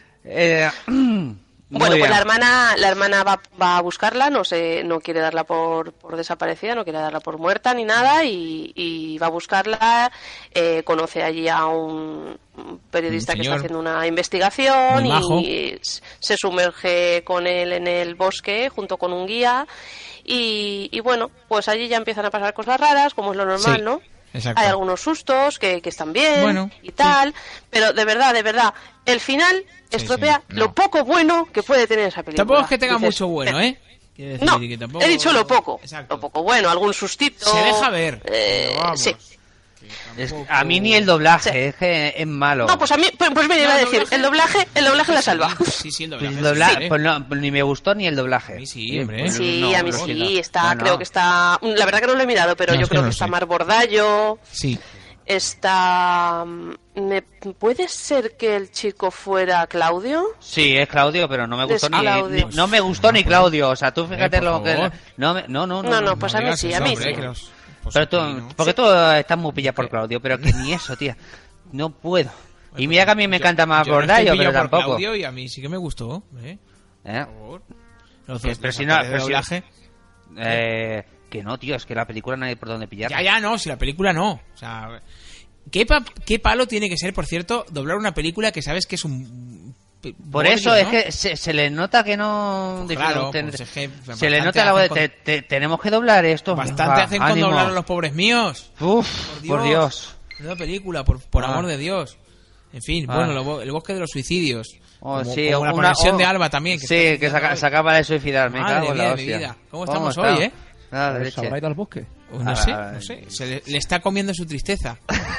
Bueno, pues la hermana va a buscarla, no quiere darla por desaparecida, no quiere darla por muerta ni nada, y va a buscarla, conoce allí a un periodista que está haciendo una investigación y se sumerge con él en el bosque junto con un guía y bueno, pues allí ya empiezan a pasar cosas raras, como es lo normal, ¿no? Exacto. Hay algunos sustos que están bien y tal, pero de verdad, el final estropea lo poco bueno que puede tener esa película. Tampoco es que tenga mucho bueno, ¿eh? No, he dicho lo poco. Exacto. Lo poco bueno, algún sustito. Se deja ver. Sí. A mí ni el doblaje, es que es malo. No, pues a mí, pues me iba a decir, el doblaje la salva. Sí, el doblaje. Pues no, ni me gustó ni el doblaje. A mí sí, hombre. Sí, a mí sí, está, creo que está... La verdad que no lo he mirado, pero yo creo que está Mar Bordallo. Sí. Está... ¿Puede ser que el chico fuera Claudio? Sí, es Claudio, pero no me gustó no me gustó ni Claudio. O sea, tú fíjate lo que... No, pues a mí sí, a mí sí. Pero tú, porque tú estás muy pillado por Claudio, pero que ni eso, tía. No puedo. Y mira que a mí me encanta más Bordallo, pero tampoco. Claudio y a mí sí que me gustó, Por favor. Pero si no, doblaje. Que no, tío, es que la película no hay por dónde pillar. Ya, no, si la película no. O sea, ¿qué palo tiene que ser, por cierto, doblar una película que sabes que es un... Por eso, ¿no? Es que se le nota que no... Pues claro, se le nota la voz de... Tenemos que doblar esto. Bastante hacen con doblar a los pobres míos. Por Dios. Una película, por amor de Dios. En fin, bueno, el bosque de los suicidios. Como la conexión de Alba también. Que se acaba de suicidar. Me cago en la hostia. Mi vida. ¿Cómo estamos hoy, ¿Se habrá ido al bosque? No sé. Le está comiendo su tristeza.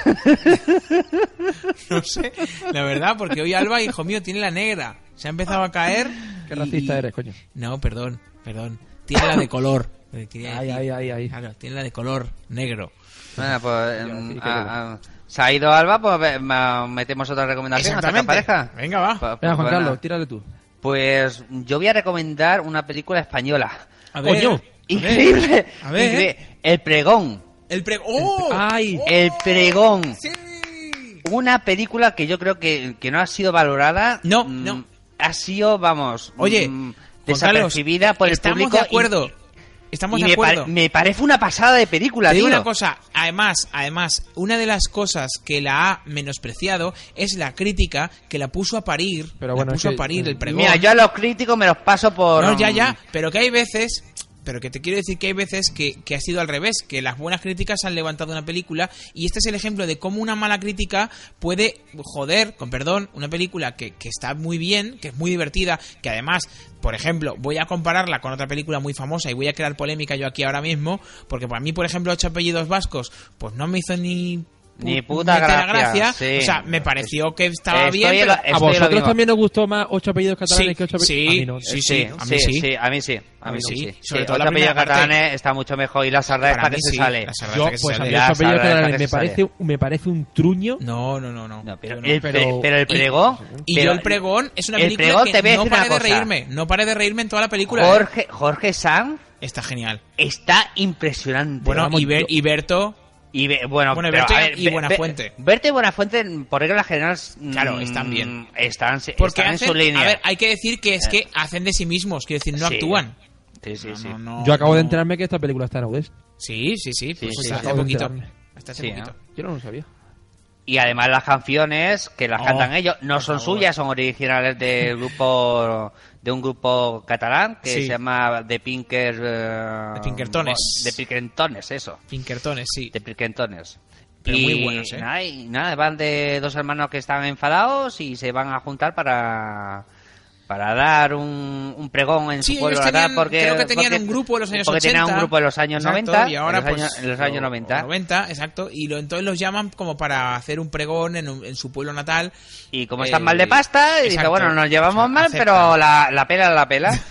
No sé, la verdad, porque hoy Alba, hijo mío, tiene la negra. Se ha empezado a caer. ¿Qué racista eres, coño? No, perdón. Tiene la de color. Ay. Claro, tiene la de color negro. Bueno, pues... ¿Se ha ido Alba? Pues metemos otra recomendación. Exactamente. Pareja. Venga, va. Venga, Juan Carlos, tírale tú. Pues yo voy a recomendar una película española. A ver. ¡Coño! Increíble. A ver. Increíble. El Pregón. El Pregón. El Pregón. Sí. Una película que yo creo que no ha sido valorada. No. Ha sido, vamos... Oye, desapercibida por el público. Estamos de acuerdo. Estamos de acuerdo. Me parece una pasada de película, Te digo tío. una cosa, además, una de las cosas que la ha menospreciado es la crítica que la puso a parir, el pregón. Mira, yo a los críticos me los paso por... No, ya, pero que hay veces... Pero que te quiero decir que hay veces que ha sido al revés, que las buenas críticas han levantado una película, y este es el ejemplo de cómo una mala crítica puede joder, con perdón, una película que está muy bien, que es muy divertida, que además, por ejemplo, voy a compararla con otra película muy famosa y voy a crear polémica yo aquí ahora mismo, porque para mí, por ejemplo, 8 apellidos vascos, pues no me hizo ni puta gracia. Sí. O sea, me pareció que estaba bien, pero... ¿A vosotros también os gustó más 8 apellidos catalanes que 8 apellidos? Sí, a mí sí. Sobre todo 8 apellidos catalanes está mucho mejor, y la Sarda esta que se sale. Pues a mí 8 apellidos catalanes me parece un truño. No, pero el pregón... Y yo el pregón es una película que no paré de reírme. No paré de reírme en toda la película. Jorge Sanz... Está genial. Está impresionante. Bueno, y Berto... Berto y Buenafuente. Berto y Buenafuente, por regla general, claro, están bien. Están en su línea. A ver, hay que decir que es que hacen de sí mismos, quiero decir, no actúan. Sí. Yo acabo de enterarme que esta película está en Audés. Sí. Pues hace poquito. Yo no lo sabía. Y además las canciones que las cantan ellos no son suyas, son originales del grupo, de un grupo catalán que se llama The Pinkertones. The Pinkertones, eso. Pinkertones, sí. The Pinkertones. Pero muy buenos, Nada, van de dos hermanos que están enfadados y se van a juntar para dar un pregón en su pueblo natal, porque creo que tenían un grupo en los años 80. Porque tenían un grupo en los años 90. Y ahora en los años 90. Exacto. Y entonces los llaman como para hacer un pregón en su pueblo natal. Y como están mal de pasta, y dice, bueno, nos llevamos mal, pero la pela.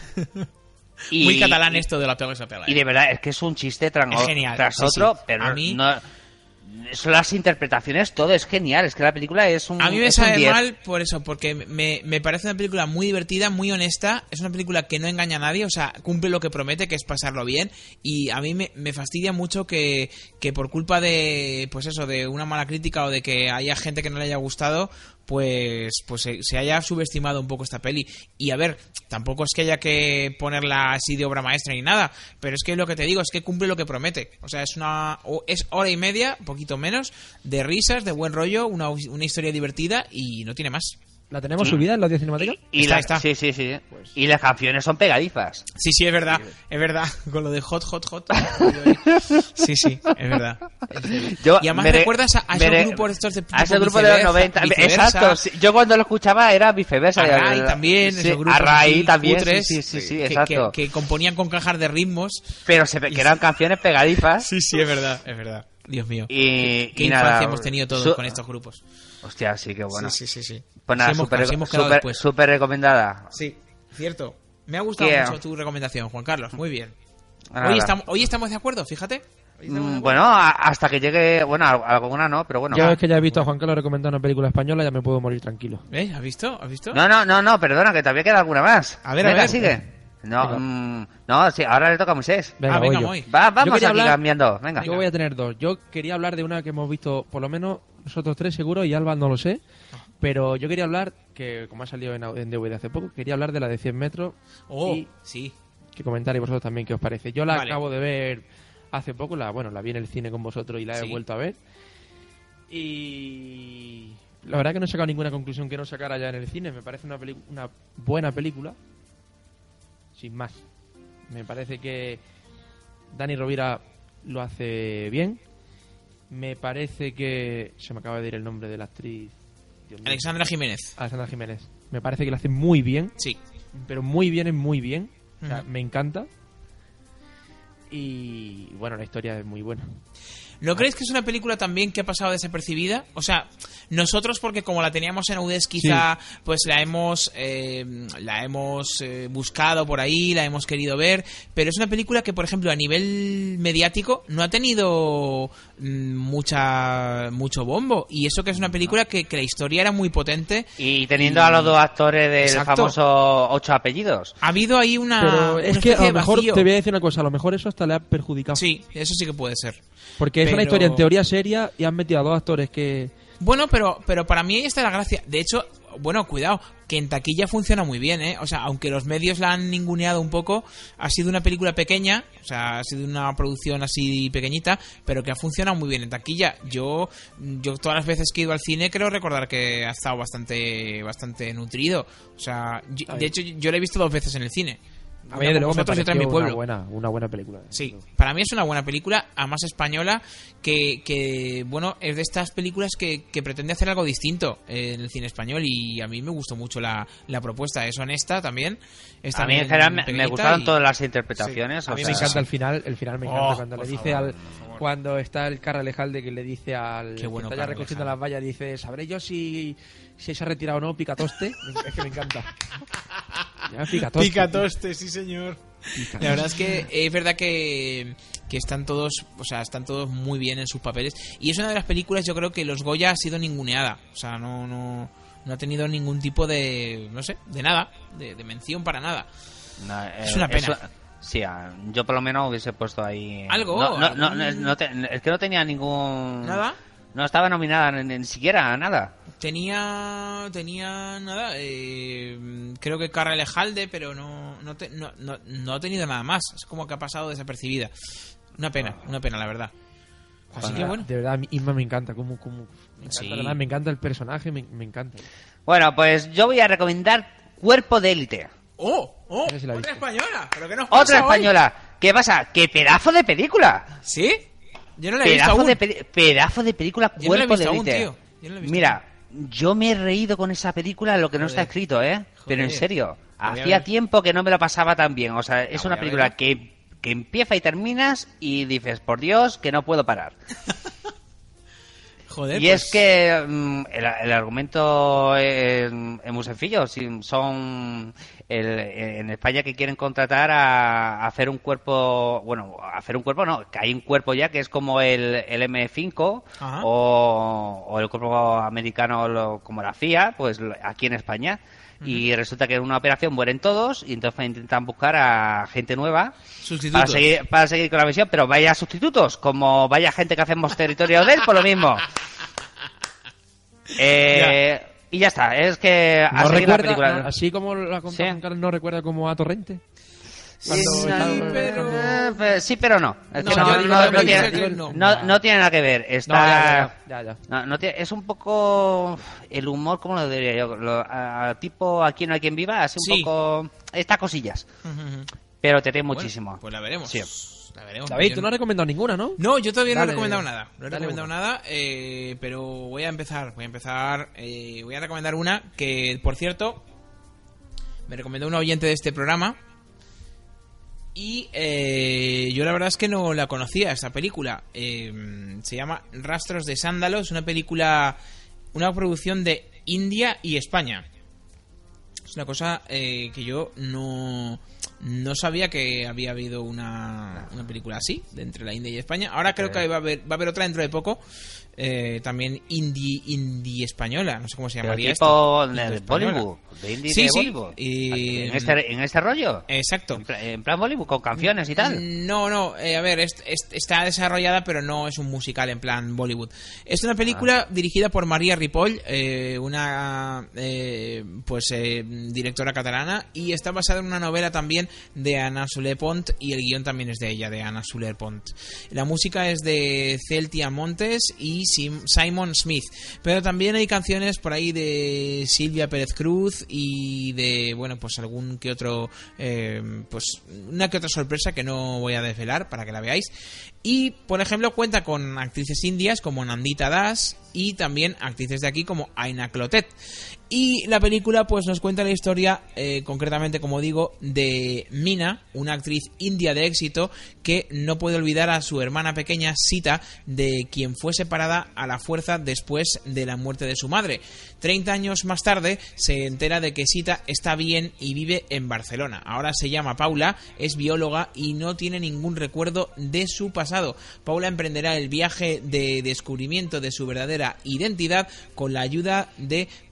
Y, muy catalán esto de la pela. Y de verdad, es que es un chiste tras otro, pero a mí... no... Son las interpretaciones, todo es genial. Es que la película es un... A mí me sabe mal por eso, porque me parece una película muy divertida, muy honesta. Es una película que no engaña a nadie, o sea, cumple lo que promete, que es pasarlo bien. Y a mí me fastidia mucho que por culpa de, pues eso, de una mala crítica o de que haya gente que no le haya gustado, pues se haya subestimado un poco esta peli. Y a ver, tampoco es que haya que ponerla así de obra maestra ni nada, pero es que lo que te digo es que cumple lo que promete. O sea, es hora y media, poquito menos, de risas, de buen rollo, una historia divertida y no tiene más. ¿La tenemos subida en la audio cinemática? Está. Sí. Pues... Y las canciones son pegadizas. Sí, es verdad. Con lo de hot. Sí, es verdad. Y además recuerdas a esos grupos estos de... A ese grupo de los 90. Exacto. Sí. Yo cuando lo escuchaba era viceversa. Array también. Sí, Array también. Cutres, sí, exacto. Que componían con cajas de ritmos. Pero que eran canciones pegadizas. Sí, es verdad. Dios mío. Qué infancia hemos tenido todos con estos grupos. Hostia, sí, qué bueno. Sí. Pues nada, súper recomendada. Sí, cierto. Me ha gustado mucho tu recomendación, Juan Carlos. Muy bien. Hoy estamos de acuerdo, fíjate. Bueno, hasta que llegue... Bueno, alguna no, pero bueno. Yo es que ya he visto a Juan Carlos recomendar una película española, ya me puedo morir tranquilo. ¿Has visto? No, perdona, que todavía queda alguna más. A ver. Sigue. No, sí, ahora le toca a Moisés. Venga, vamos aquí cambiando. Venga. Yo voy a tener dos. Yo quería hablar de una que hemos visto, por lo menos nosotros tres seguro, y Alba no lo sé. Pero yo quería hablar, que como ha salido en DVD hace poco, quería hablar de la de 100 metros. Sí. Que comentaréis vosotros también qué os parece. Yo la acabo de ver hace poco, la vi en el cine con vosotros y la he vuelto a ver. Y la verdad que no he sacado ninguna conclusión que no sacara ya en el cine. Me parece una buena película. Sin más. Me parece que Dani Rovira lo hace bien. Me parece que... Se me acaba de ir el nombre de la actriz. Alexandra Jiménez. Me parece que lo hace muy bien. Sí. Pero muy bien es muy bien. O sea, me encanta. Y bueno, la historia es muy buena. ¿No creéis que es una película también que ha pasado desapercibida? O sea, nosotros porque como la teníamos en UDES quizá pues la hemos buscado por ahí, la hemos querido ver, pero es una película que por ejemplo a nivel mediático no ha tenido mucho bombo, y eso que es una película que la historia era muy potente. Y teniendo a los dos actores del famoso 8 apellidos. Ha habido ahí pero es que a lo mejor te voy a decir una cosa, a lo mejor eso hasta le ha perjudicado. Sí, eso sí que puede ser. Porque es una historia en teoría seria y han metido a dos actores que... Bueno, pero para mí ahí está la gracia. De hecho, bueno, cuidado, que en taquilla funciona muy bien, ¿eh? O sea, aunque los medios la han ninguneado un poco, ha sido una película pequeña, o sea, ha sido una producción así pequeñita, pero que ha funcionado muy bien en taquilla. Yo todas las veces que he ido al cine creo recordar que ha estado bastante nutrido. O sea, de hecho yo la he visto 2 veces en el cine. A mí, de luego, me pareció en mi pueblo. Una buena película. Sí, para mí es una buena película, además española, que bueno, es de estas películas que pretende hacer algo distinto en el cine español, y a mí me gustó mucho la propuesta. Es honesta también. A mí en general me gustaron todas las interpretaciones. A mí me encanta el final me encanta cuando le dice cuando está el Carralejalde, que le dice al que está ya recogiendo las vallas, dice, sabré yo si se ha retirado o no Picatoste. Es que me encanta. Picatoste, sí señor. La verdad es que es verdad que están todos muy bien en sus papeles, y es una de las películas, yo creo que los Goya ha sido ninguneada, o sea, no ha tenido ningún tipo de, no sé, de nada, de mención para nada. Es una pena. Sí, yo por lo menos hubiese puesto ahí algo. Es que no tenía ningún nada. No estaba nominada ni siquiera nada. Tenía nada, creo que Carralejalde, pero no ha tenido nada más. Es como que ha pasado desapercibida. Una pena, la verdad. Así que bueno. De verdad, Inma me encanta. Me encanta, sí. Verdad, me encanta el personaje, me encanta. Bueno, pues yo voy a recomendar Cuerpo de Élite. Otra española. ¿Pero qué nos pasa otra española. Hoy? ¿Qué pasa? ¡Qué pedazo de película! ¿Sí? Yo no la he visto aún. Pedazo de película, Cuerpo de Élite. Aún, tío. Mira, yo me he reído con esa película, lo que no está escrito, ¿eh? Joder. Pero en serio, hacía tiempo que no me lo pasaba tan bien. O sea, es una película que empieza y terminas y dices, por Dios, que no puedo parar. Joder, y pues... es que el argumento es muy sencillo. Son en España que quieren contratar a hacer un cuerpo, que hay un cuerpo ya que es como el M5 o el cuerpo americano como la CIA, pues aquí en España. Y resulta que en una operación mueren todos y entonces intentan buscar a gente nueva para seguir con la misión, pero vaya sustitutos, como vaya gente que hacemos Territorio Del, por lo mismo. Y ya está, es que no recuerda, la película. Así como la contaron, ¿sí? No recuerda como a Torrente. Sí, pero no. No tiene nada que ver. Es un poco el humor, ¿cómo lo diría yo? Tipo Aquí no hay quien viva, así un poco estas cosillas. Pero te ríes muchísimo. Pues la veremos. Sí. David, tú no has recomendado ninguna, ¿no? No, yo todavía no he recomendado nada. No he recomendado nada, pero voy a empezar. Voy a recomendar una que, por cierto, me recomendó un oyente de este programa. Y yo la verdad es que no la conocía, esta película. Se llama Rastros de Sándalo. Es una película, una producción de India y España. Es una cosa que yo no sabía que había habido una película así, de entre la India y España. Ahora creo que va a haber otra dentro de poco. También indie española, no sé cómo se llamaría esto. De Bollywood, de indie de Bollywood. En este rollo. Exacto. En plan Bollywood, con canciones y tal. No, a ver, está desarrollada, pero no es un musical en plan Bollywood. Es una película dirigida por María Ripoll, una directora catalana, y está basada en una novela también de Anna Soler Pont, y el guión también es de ella, de Anna Soler Pont. La música es de Celtia Montes y Simon Smith, pero también hay canciones por ahí de Silvia Pérez Cruz y de, pues algún que otro, una que otra sorpresa que no voy a desvelar para que la veáis. Y, por ejemplo, cuenta con actrices indias como Nandita Das y también actrices de aquí como Aina Clotet. Y la película pues nos cuenta la historia, concretamente, como digo, de Mina, una actriz india de éxito que no puede olvidar a su hermana pequeña Sita, de quien fue separada a la fuerza después de la muerte de su madre. 30 años más tarde se entera de que Sita está bien y vive en Barcelona. Ahora se llama Paula, es bióloga y no tiene ningún recuerdo de su pasado. Paula emprenderá el viaje de descubrimiento de su verdadera identidad con la ayuda de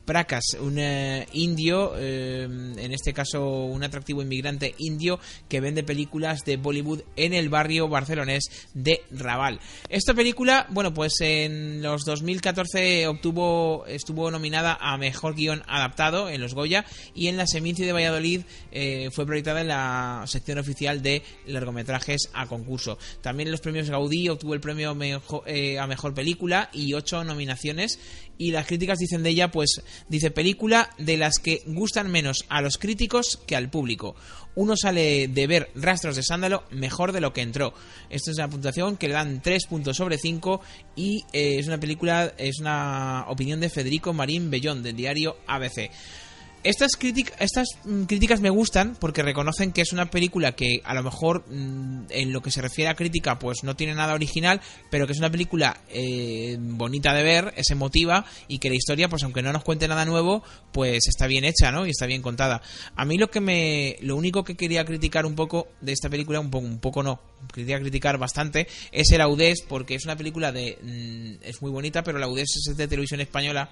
Prakash, un indio, en este caso un atractivo inmigrante indio que vende películas de Bollywood en el barrio barcelonés de Raval. Esta película, bueno, pues en los 2014 estuvo nominada a Mejor Guión Adaptado en los Goya, y en la Seminci de Valladolid fue proyectada en la sección oficial de largometrajes a concurso. También en los premios Gaudí obtuvo el premio a Mejor Película y 8 nominaciones, y las críticas dicen de ella, pues dice: película de las que gustan menos a los críticos que al público. Uno sale de ver Rastros de Sándalo mejor de lo que entró. Esta es una puntuación que le dan 3 puntos sobre 5, y es una opinión de Federico Marín Bellón, del diario ABC. Estas críticas me gustan porque reconocen que es una película que a lo mejor en lo que se refiere a crítica pues no tiene nada original, pero que es una película bonita de ver, es emotiva, y que la historia, pues aunque no nos cuente nada nuevo, pues está bien hecha, ¿no? Y está bien contada. A mí lo único que quería criticar un poco de esta película, un poco no, quería criticar bastante, es el Audés, porque es una película es muy bonita, pero el Audés es de Televisión Española.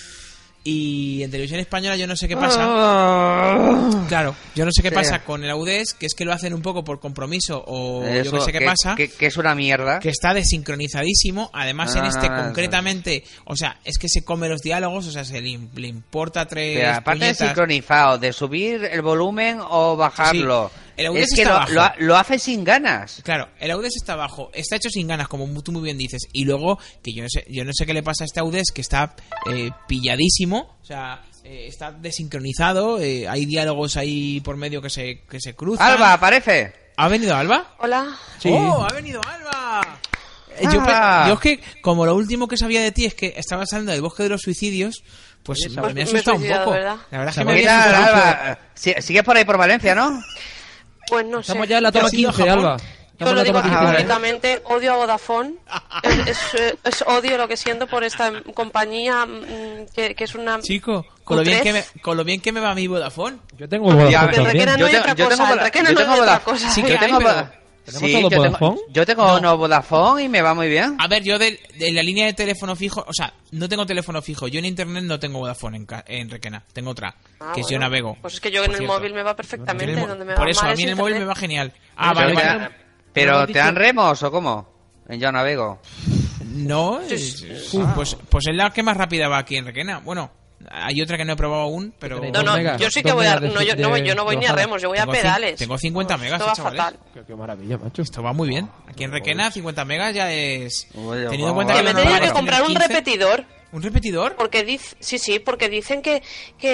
Y en Televisión Española yo no sé qué pasa. Claro, yo no sé qué pasa con el Audés, que es que lo hacen un poco por compromiso, o eso, yo no sé qué pasa. Que es una mierda. Que está desincronizadísimo. Además, concretamente, o sea, es que se come los diálogos, o sea, le importa tres. Pero aparte de sincronizado, de subir el volumen o bajarlo. Sí. El Audés es que lo hace sin ganas. Claro, el Audés está bajo, está hecho sin ganas, como tú muy bien dices. Y luego, que yo no sé qué le pasa a este Audés, que está pilladísimo, o sea, está desincronizado, hay diálogos ahí por medio que se cruzan. ¡Alba, aparece! ¿Ha venido Alba? Hola. Sí. ¡Oh, ha venido Alba! Yo es que, como lo último que sabía de ti es que estabas hablando del Bosque de los Suicidios, pues me ha asustado un poco. ¿verdad? La verdad es que me había asustado. Alba, sigues por ahí por Valencia, ¿no? Pues no sé. Estamos ya en la toma 15, Alba. Yo lo digo públicamente, odio a Vodafone. Es odio lo que siento por esta compañía que es una... Chico, con lo bien que me va mi Vodafone. Yo tengo Vodafone también. No hay otra cosa. Sí, yo tengo Vodafone. Yo tengo no Vodafone y me va muy bien. A ver, yo de la línea de teléfono fijo, o sea, no tengo teléfono fijo. Yo en internet no tengo Vodafone en Requena. Tengo otra, que es Yo Navego. Pues es que yo en el móvil me va perfectamente. Por eso, a mí en el móvil me va genial. Vale. ¿Pero te dan remos o cómo? En Yo Navego. No, pues es la que más rápida va aquí en Requena. Bueno, hay otra que no he probado aún, pero... No, yo sí que voy yo no voy ni a remos, yo voy a pedales. Tengo 50 megas, esto va chavales. fatal. Qué maravilla, macho. Esto va muy bien. Aquí en Requena 50 megas ya es... Teniendo en cuenta que me tenía que comprar un repetidor. ¿Un repetidor? Porque porque dicen que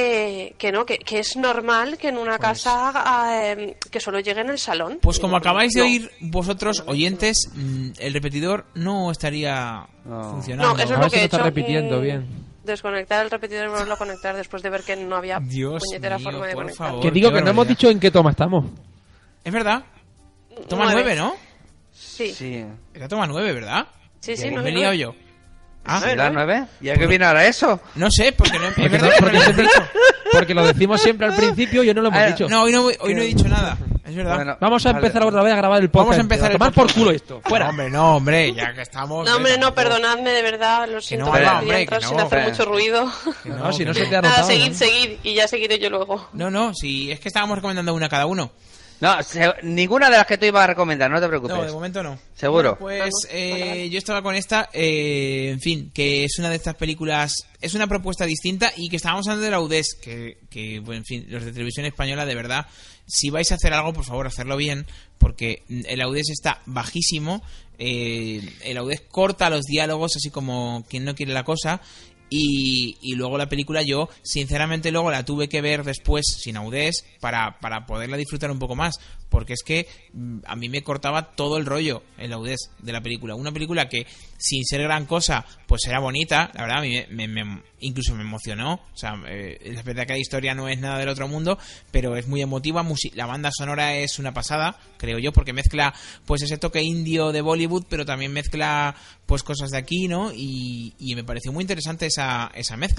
es normal que en una casa que solo llegue en el salón. Pues como acabáis de oír vosotros, oyentes, el repetidor no estaría funcionando. No, eso es lo que he hecho. Está repitiendo bien. Desconectar el repetidor y volverlo a conectar después de ver que no había puñetera forma de conectar. Que digo que no hemos dicho en qué toma estamos. Es verdad. Toma 9, ¿no? Sí. Era toma 9, ¿verdad? Sí, me he liado yo. ¿La 9? ¿Y a qué viene ahora eso? No sé, porque no es verdad, porque lo decimos siempre al principio y hoy no lo hemos dicho. No, hoy no he dicho nada. Es verdad. Bueno, vamos a empezar otra vez a grabar el podcast. Vamos a empezar a tomar por culo esto. Fuera. No, hombre, ya que estamos. No, hombre, no, perdonadme de verdad. Lo siento, sin hacer mucho ruido. No, si no se te ha notado. Nada, seguid y ya seguiré yo luego. No, si es que estábamos recomendando una cada uno. No, ninguna de las que tú ibas a recomendar, no te preocupes. No, de momento no. ¿Seguro? Bueno, pues yo estaba con esta, en fin, que es una de estas películas, es una propuesta distinta, y que estábamos hablando de la UDES, que bueno, en fin, los de Televisión Española, de verdad, si vais a hacer algo, por favor, hacerlo bien, porque el AUDES está bajísimo, el AUDES corta los diálogos, así como quien no quiere la cosa. Y luego la película yo sinceramente luego la tuve que ver después sin AUDES para poderla disfrutar un poco más, porque es que a mí me cortaba todo el rollo el AUDES de la película. Una película que sin ser gran cosa pues era bonita, la verdad a mí incluso me emocionó, o sea, es verdad que la historia no es nada del otro mundo, pero es muy emotiva, la banda sonora es una pasada, creo yo, porque mezcla pues ese toque indio de Bollywood, pero también mezcla pues cosas de aquí, ¿no? Y me pareció muy interesante esa mezcla.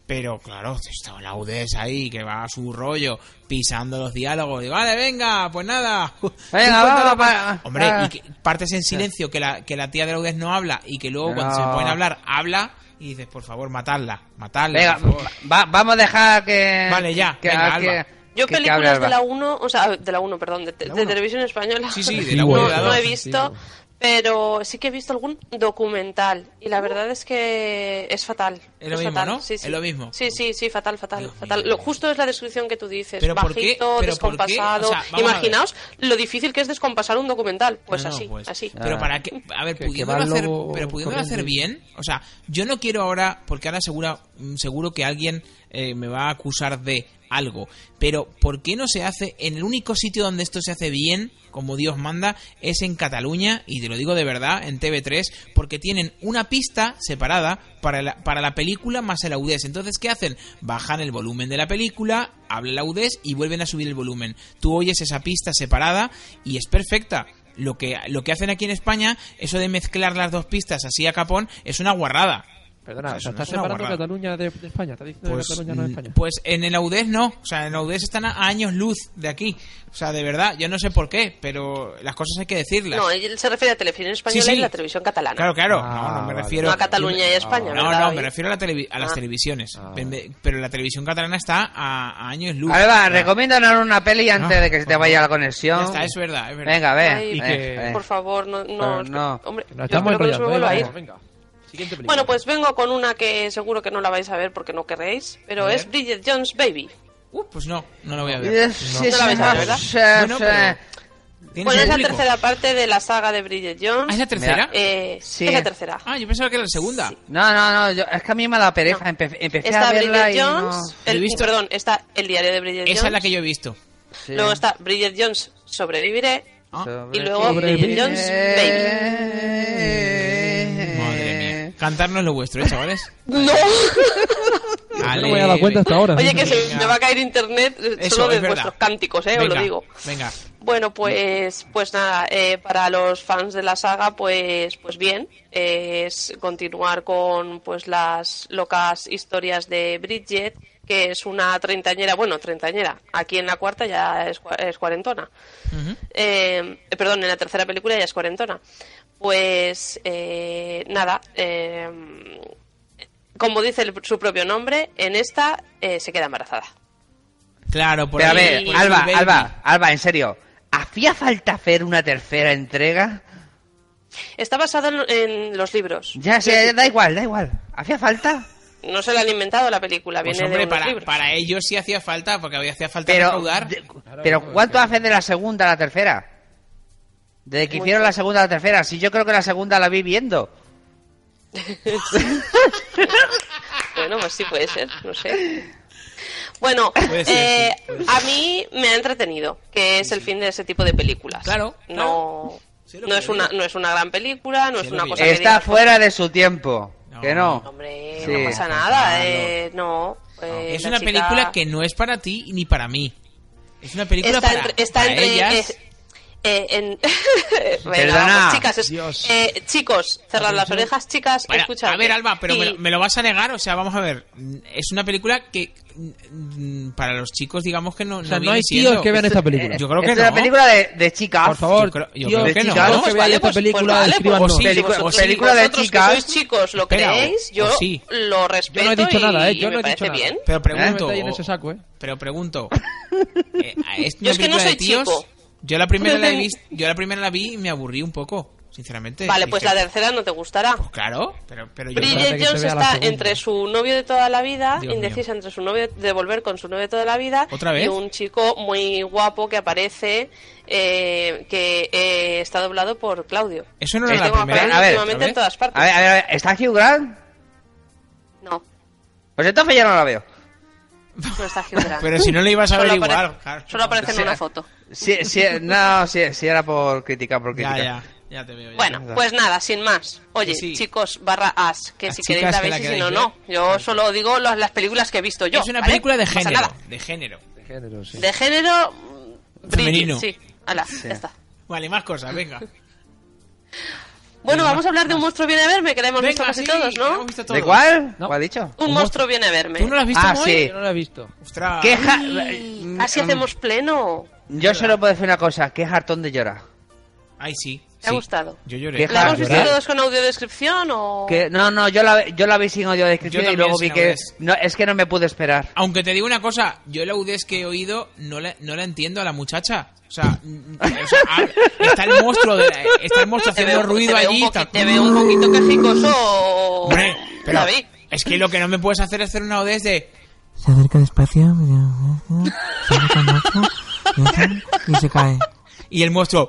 Pero claro, estaba la UDES ahí, que va a su rollo, pisando los diálogos. Y vale, venga, pues nada. Venga, va. Hombre, y que partes en silencio, que la tía de la UDES no habla, y que luego cuando se ponen a hablar, habla, y dices, por favor, matadla. Venga, por favor. Vamos a dejar que... Vale, ya, venga, Alba. Yo películas de la 1, o sea, de la 1, perdón, de televisión española. Sí, de la 1. No he visto... Pero sí que he visto algún documental y la verdad es que es fatal. Es lo mismo, fatal. ¿no? Sí. Es lo mismo. Sí, fatal. Lo justo es la descripción que tú dices. ¿Pero por qué? Bajito, descompasado. O sea, imaginaos lo difícil que es descompasar un documental. Pues así. Pero para qué, a ver, pudiéndolo hacer bien, o sea, yo no quiero ahora, porque ahora seguro que alguien me va a acusar de algo, pero ¿por qué no se hace en el único sitio donde esto se hace bien, como Dios manda, es en Cataluña, y te lo digo de verdad, en TV3, porque tienen una pista separada para la película más el AUDES? Entonces, ¿qué hacen? Bajan el volumen de la película, habla el AUDES y vuelven a subir el volumen. Tú oyes esa pista separada y es perfecta. Lo que hacen aquí en España, eso de mezclar las dos pistas así a capón, es una guarrada. Perdona, ¿estás separando Cataluña de España? ¿Estás diciendo que Cataluña no es España? Pues en el AUDES no. O sea, en el AUDES están a años luz de aquí. O sea, de verdad, yo no sé por qué, pero las cosas hay que decirlas. No, él se refiere a televisión española y la televisión catalana. Claro. No me refiero... No a Cataluña y España, No, me refiero a las televisiones. Pero la televisión catalana está a años luz. A ver, va, recomiéndanos una peli antes de que se te vaya la conexión. Ya está, es verdad. Venga, Por favor, no. Hombre, nos estamos enrollando. Venga. Bueno, pues vengo con una que seguro que no la vais a ver porque no querréis, pero es Bridget Jones' Baby. Pues no la voy a ver. No la vais a ver, ¿verdad? Bueno, es la tercera parte de la saga de Bridget Jones. ¿Es la tercera? Sí. Es la tercera. Yo pensaba que era la segunda. Sí. No, es que a mí me da pereza. No. Empecé está a verla Bridget Jones, y está el diario de Bridget Jones. Esa es la que yo he visto. Sí. Luego está Bridget Jones Sobreviviré. Y luego Bridget Jones Baby. Cantar no es lo vuestro, chavales. No. No me había dado cuenta hasta ahora. Oye, que se me va a caer internet solo de vuestros cánticos, os lo digo. Venga. Bueno, pues nada, para los fans de la saga, pues bien, es continuar con pues las locas historias de Bridget, que es una treintañera, aquí en la cuarta ya es cuarentona. Perdón, en la tercera película ya es cuarentona. Pues nada, como dice su propio nombre, en esta se queda embarazada. Claro, por ahí. Pero a ver, Alba, en serio, ¿hacía falta hacer una tercera entrega? Está basado en los libros. Ya sé, da igual. ¿Hacía falta? No se la han inventado la película, pues viene hombre, de unos libros. Para ellos sí hacía falta, porque hacía falta recaudar. Pero ¿cuánto hace de la segunda a la tercera? Desde que hicieron la segunda a la tercera. Si yo creo que la segunda la vi viendo. Bueno, pues sí puede ser, no sé. Bueno, a mí me ha entretenido, que es el fin de ese tipo de películas. Claro. No es una gran película, no es una cosa está fuera de su tiempo. Que no. Hombre, no pasa nada. Es una película que no es para ti ni para mí. Es una película para ellas. Perdona, chicas, chicos, cerrad las orejas, chicas, escuchad. A ver, Alba, pero me lo vas a negar, o sea, vamos a ver, es una película que para los chicos, digamos que no, no hay tíos que vean esta película. Yo creo que es una película de chicas. Por favor, yo creo que chicas, no. Que vean esta película, escríbanos. Película de chicas. Que sois chicos, lo creéis, yo lo respeto. Yo no he dicho nada, yo no he me dicho parece nada. bien. Pero pregunto, pero pregunto, yo es que no soy chico. Yo la primera la vi y me aburrí un poco, sinceramente. Vale, pues la tercera no te gustará. Pues claro, pero yo Bridget Jones está entre su novio de toda la vida, indecisa entre su novio de volver con su novio de toda la vida, ¿otra vez? Y un chico muy guapo que aparece, que está doblado por Claudio. Eso no era la primera. A ver, últimamente en todas partes. A ver, ¿está Hugh Grant? No. Pues entonces ya no la veo. No está Hugh Grant. Pero si no le ibas a ver igual. Solo aparece en una foto. Sí, era por criticar, Ya te veo. Bueno, pues nada, sin más. Oye, chicos, /as, que si queréis la veis y si no, no. Yo solo digo las películas que he visto yo. Es una película de género. De género, sí. De género femenino. Sí, ala, ya está. Vale, más cosas, venga. Bueno, vamos a hablar de Un monstruo viene a verme, que la hemos visto casi todos, ¿no? ¿De cuál? ¿Cuál ha dicho? Un monstruo viene a verme. ¿Tú no lo has visto, Ah, Moy? sí. Yo no lo he visto. Ostras. Así hacemos pleno. Yo solo puedo decir una cosa, que es hartón de llorar. Ay, sí. ¿Te ha gustado? Yo lloré. ¿La hemos visto todos con audiodescripción o...? Que, no, yo la vi sin audiodescripción Yo y luego vi también que... sin No, es que no me pude esperar. Aunque te digo una cosa, yo el Audés que he oído no la entiendo a la muchacha. O sea, está el monstruo haciendo ruido allí. Te veo un poquito quejicoso. Hombre, pero David. es que lo que no me puedes hacer es hacer una Audés de... Se acerca despacio, se acerca al monstruo y se cae. Y el monstruo...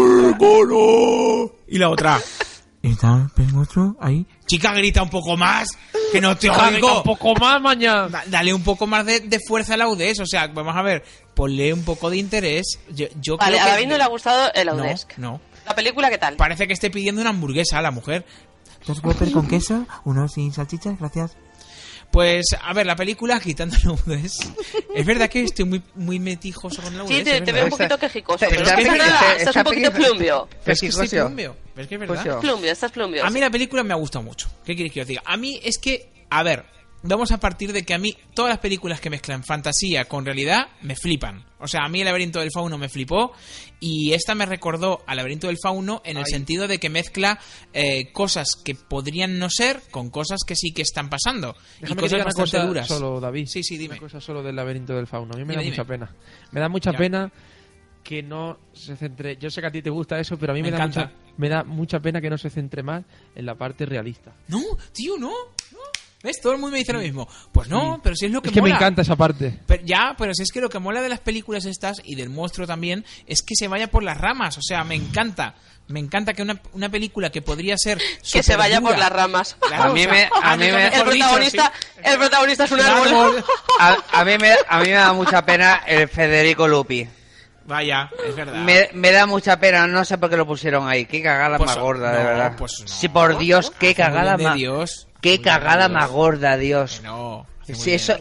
Y la otra... Y está el monstruo ahí. Chica, grita un poco más, que no te Grita oigo. un poco más, mañana. Dale un poco más de fuerza al Audés. O sea, vamos a ver, ponle un poco de interés. Yo Vale, creo a que... David no le ha gustado el Audesc. No. ¿La película qué tal? Parece que esté pidiendo una hamburguesa a la mujer. Dos Whopper con queso, uno sin salchichas, gracias. Pues, a ver, la película, quitando el Audés... Es verdad que estoy muy metijoso con el Audés. Sí, te veo un poquito quejicoso. Pero Está- no pasa nada, está- estás un poquito plumbio. Es que estoy plumbio. Es que es verdad. Estás plumbio. A mí la película me ha gustado mucho. ¿Qué queréis que os diga? A mí es que, a ver, vamos a partir de que a mí todas las películas que mezclan fantasía con realidad me flipan. O sea, a mí El laberinto del fauno me flipó y esta me recordó al laberinto del fauno en el sentido de que mezcla cosas que podrían no ser con cosas que sí que están pasando. Déjame y que cosas diga una bastante cosa duras. solo, David. Sí, dime. Una cosa solo del laberinto del fauno. A mí me da Dime. mucha pena. Me da mucha Ya. pena que no se centre... Yo sé que a ti te gusta eso, pero a mí Me me encanta. da mucha pena que no se centre más en la parte realista. No, tío, no. ¿Ves? Todo el mundo me dice lo mismo. Pues no, pero si es lo que Es que mola. me encanta esa parte. Pero si es que lo que mola de las películas estas y del monstruo también es que se vaya por las ramas. O sea, me encanta. Me encanta que una película que podría ser Que se vaya superdura- por las ramas. Claro, A mí o sea, me- El protagonista es un árbol. A mí me da mucha pena el Federico Lupi. Vaya, es verdad. Me da mucha pena, no sé por qué lo pusieron ahí. Qué cagada Pues, más gorda, de no, verdad. pues no. Sí, por Dios, qué Hace muy cagada bien de más. Dios. Qué Muy bien cagada de Dios. más gorda, Dios. No. hace muy Sí, bien.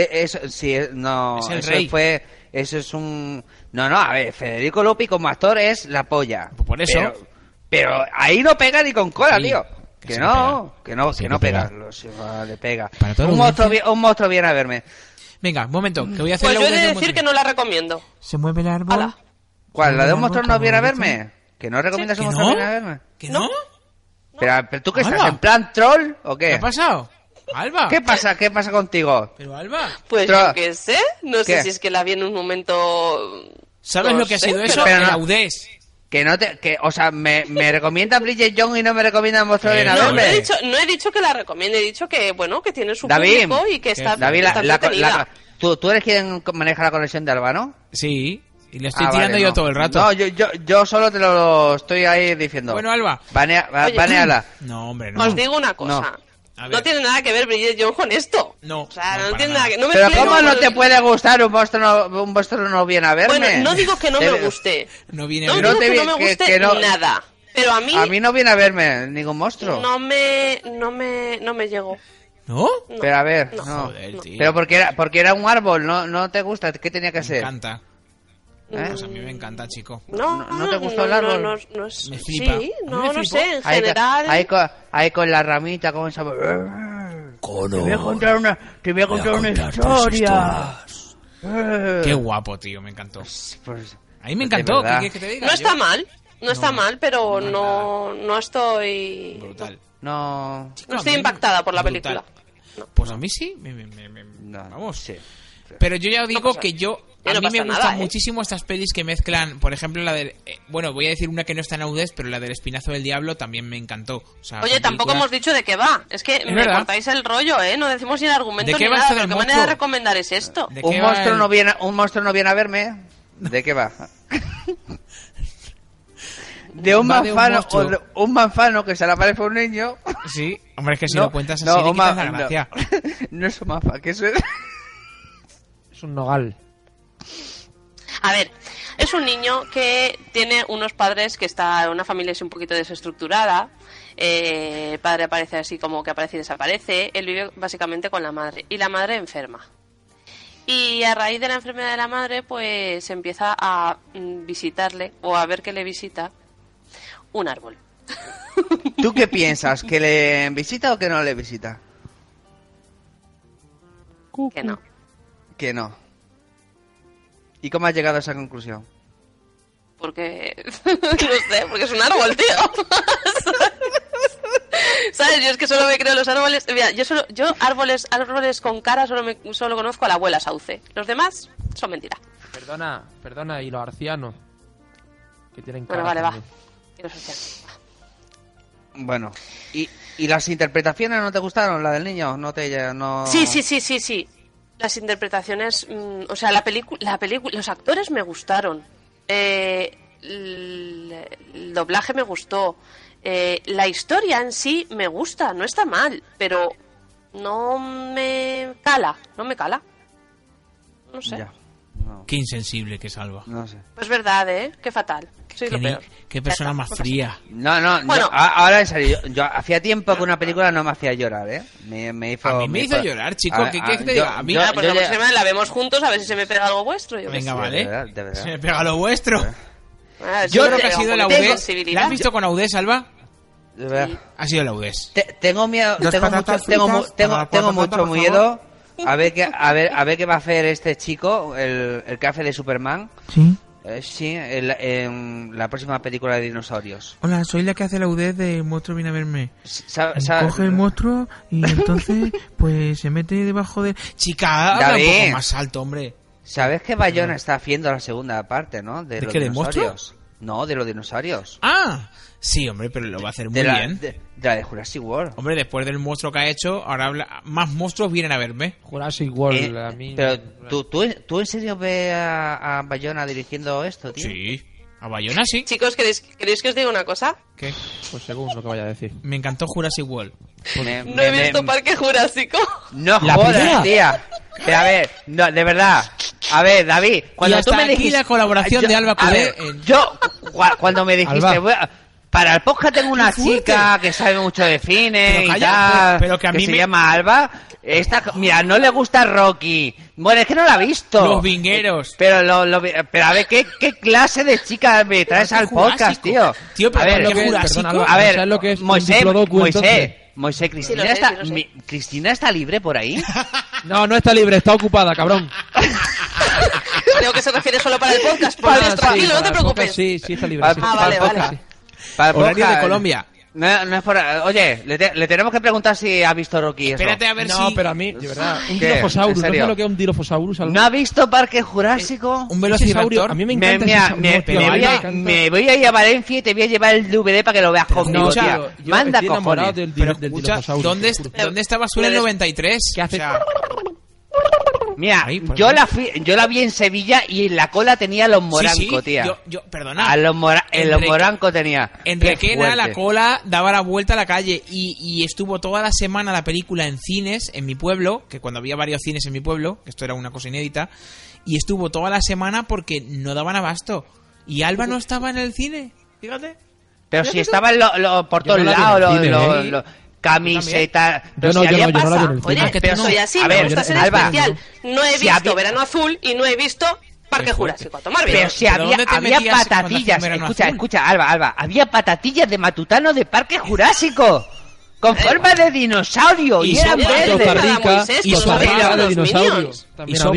No, Es el eso rey. eso es un... No, a ver, Federico Lupi como actor es la polla. Por eso. Pero ahí no pega ni con cola, Sí, tío. que Que sí no, que que no pega. Le pega. Para toda la Un monstruo viene a verme. Venga, un momento, que voy a hacer Pues la yo he de audio decir que no la recomiendo. Se mueve el árbol. Ala. ¿Cuál? ¿La de un árbol monstruo no como viene a dice. verme? ¿Que no recomiendas ¿Que un monstruo no? viene a verme? ¿Que no? Pero tú que estás Ala. en plan troll o ¿Qué qué? ha pasado? Alba. ¿Qué pasa contigo? Pero Alba, Pues Tro- yo qué sé. No sé ¿Qué? si es que la vi en un momento... ¿sabes No lo que ha sé, sido eso? pero El no- Audés. Que no te... Que, o sea, me recomienda Bridget Jones y no me recomienda el monstruo viene a No, verme. no he dicho que la recomiende, he dicho que, bueno, que tiene su David, público y que está, David, está entretenida. tú eres quien maneja la conexión de Alba, ¿no? Sí, y le estoy Ah, tirando vale, yo no. todo el rato. No, yo solo te lo estoy ahí diciendo. Bueno, Alba. Oye, Baneala. No, hombre, no. Os digo una cosa. A ver. No tiene nada que ver Bridget Jones con esto. No, O sea, no para tiene nada. nada que... No me Pero explico ¿cómo no por- te puede gustar un monstruo no viene a verme? Bueno, no digo que no me Te- guste. No viene No a digo ver. te que vi- no me que- guste que no- nada. Pero a mí no viene a verme ningún monstruo. no me llegó. ¿No? No. Pero a ver, No. no. Joder, tío. Pero porque era un árbol, no te gusta, ¿qué tenía que Me ser? encanta. ¿Eh? Pues a mí me encanta, chico. ¿No te gustó el árbol? No es... Me flipa. Sí, A mí me no flipó. sé, en Ahí, general... ahí con la ramita, con esa... Te voy a contar una historia. Qué guapo, tío, me encantó. Pues, A mí me de encantó, ¿qué verdad. quieres que te diga? No Yo- está mal, no está mal, pero no, no estoy... Brutal. No... Chico, No a estoy mí- impactada por la brutal. película. Pues a mí sí, No, vamos. sí. Pero yo ya os digo pasa- que yo... Ya A no mí me pasa gustan nada, ¿eh? muchísimo estas pelis que mezclan, por ejemplo, la del... bueno, voy a decir una que no está en Audés, pero la del Espinazo del Diablo también me encantó. O sea, Oye, son tampoco películas- hemos dicho de qué va. Es que me verdad. cortáis el rollo, ¿eh? No decimos ni el argumento ¿De qué ni va nada. esto Pero del ¿qué manera monstruo? de recomendar es esto? ¿De Un qué va monstruo, el- un monstruo no viene a verme. ¿De qué va? De un Va de un manfano, monstruo. un manfano que se le aparece a un niño. Sí, hombre, es que si No, lo cuentas así no, le un quitas ma- la gracia. No es un manfano, que eso es... Es un nogal. A ver, es un niño que tiene unos padres que está en una familia así un poquito desestructurada. El padre aparece así como que aparece y desaparece. Él vive básicamente con la madre. Y la madre enferma. Y a raíz de la enfermedad de la madre, pues empieza a visitarle, o a ver que le visita, un árbol. ¿Tú qué piensas? ¿Que le visita o que no le visita? Que no. Que no. ¿Y cómo has llegado a esa conclusión? Porque... no sé, porque es un árbol, tío. ¿Sabes? Yo es que solo me creo los árboles... Mira, yo árboles con cara solo conozco a la abuela Sauce. Los demás son mentira. Perdona, y los arcianos. Que tienen cara. Bueno, vale, también. va. Y los arcianos. Bueno, ¿y las interpretaciones no te gustaron? ¿La del niño? No... Sí. Las interpretaciones... o sea, la película... Los actores me gustaron. El doblaje me gustó. La historia en sí me gusta, no está mal, pero no me cala. No sé. Ya, no. Qué insensible que Salva. No sé. Pues verdad, qué fatal. Soy lo peor. Qué persona más fría. No, bueno. Ahora en serio, yo hacía tiempo que una película no me hacía llorar, ¿eh? Me hizo llorar, chico. ¿Qué te diga? A mí pues la próxima semana la vemos juntos a ver si se me pega algo vuestro. Venga, vale. De verdad. Se me pega lo vuestro. Yo creo que ha sido la UDES. ¿La has visto con Audés, Salva? De verdad. Ha sido la UDES. Tengo miedo, tengo mucho miedo a ver qué va a hacer este chico, el que hace de Superman. Sí. Sí, en la próxima película de dinosaurios. Hola, soy la que hace la UDES de Monstruo viene a verme. Coge el monstruo y entonces pues se mete debajo de... Chica, habla un poco más alto, hombre. ¿Sabes que Bayona está haciendo la segunda parte, no? ¿De qué, de dinosaurios. No, de los dinosaurios. Ah, sí, hombre, pero lo va a hacer muy bien. De la de Jurassic World. Hombre, después del monstruo que ha hecho, ahora más monstruos vienen a verme. Jurassic World, a mí... Pero, ¿tú en serio ves a Bayona dirigiendo esto, tío? Sí, a Bayona sí. Chicos, ¿queréis que os diga una cosa? ¿Qué? Pues según lo que vaya a decir. Me encantó Jurassic World. No he visto Parque Jurásico. No jodas, tía. Pero a ver, no, de verdad. A ver, David, cuando tú me dijiste... la colaboración de Alba Cudé... Cuando me dijiste... Para el podcast tengo una chica que sabe mucho de cine y tal, pero que a mí se llama Alba. Mira, no le gusta Rocky. Bueno, es que no la ha visto. Los vingueros. Pero a ver, ¿qué clase de chica me traes al podcast, tío? Tío, pero a ver, ¿qué Jurásico? A ver, lo que es Moisés, ¿Cristina está libre por ahí? No está libre, está ocupada, cabrón. Creo que se refiere solo para el podcast. Tranquilo, no te preocupes. Sí, está libre. Vale. Para el horario de Colombia. No es por... Oye, le tenemos que preguntar si ha visto Rocky. Espérate a ver si... No, pero a mí, de verdad, un Dilophosaurus. ¿No sé lo que es un Dilophosaurus? ¿No ha visto Parque Jurásico? Un velociraptor. A mí me encanta me voy a ir a Valencia y te voy a llevar el DVD para que lo veas conmigo, tío. Manda cojones. Pero escucha, ¿dónde estaba Azul en el 93? ¿Qué hace? Mira, yo la vi en Sevilla y en la cola tenía los morancos, tía. Perdona. Los morancos tenía. En Requena la cola daba la vuelta a la calle y estuvo toda la semana la película en cines en mi pueblo, que cuando había varios cines en mi pueblo, que esto era una cosa inédita, y estuvo toda la semana porque no daban abasto. Y Alba no estaba en el cine, fíjate. Pero si estaba por todos lados, camiseta. Yo no la vi en el cine. Oye, pero soy así, me gusta ser especial. No he visto Verano Azul y no he visto Parque Jurásico. A tomar bien. Pero si había patatillas. Escucha, Alba, había patatillas de matutano de Parque Jurásico. Con forma de dinosaurio. Y eran verdes. Y sopa de dinosaurios.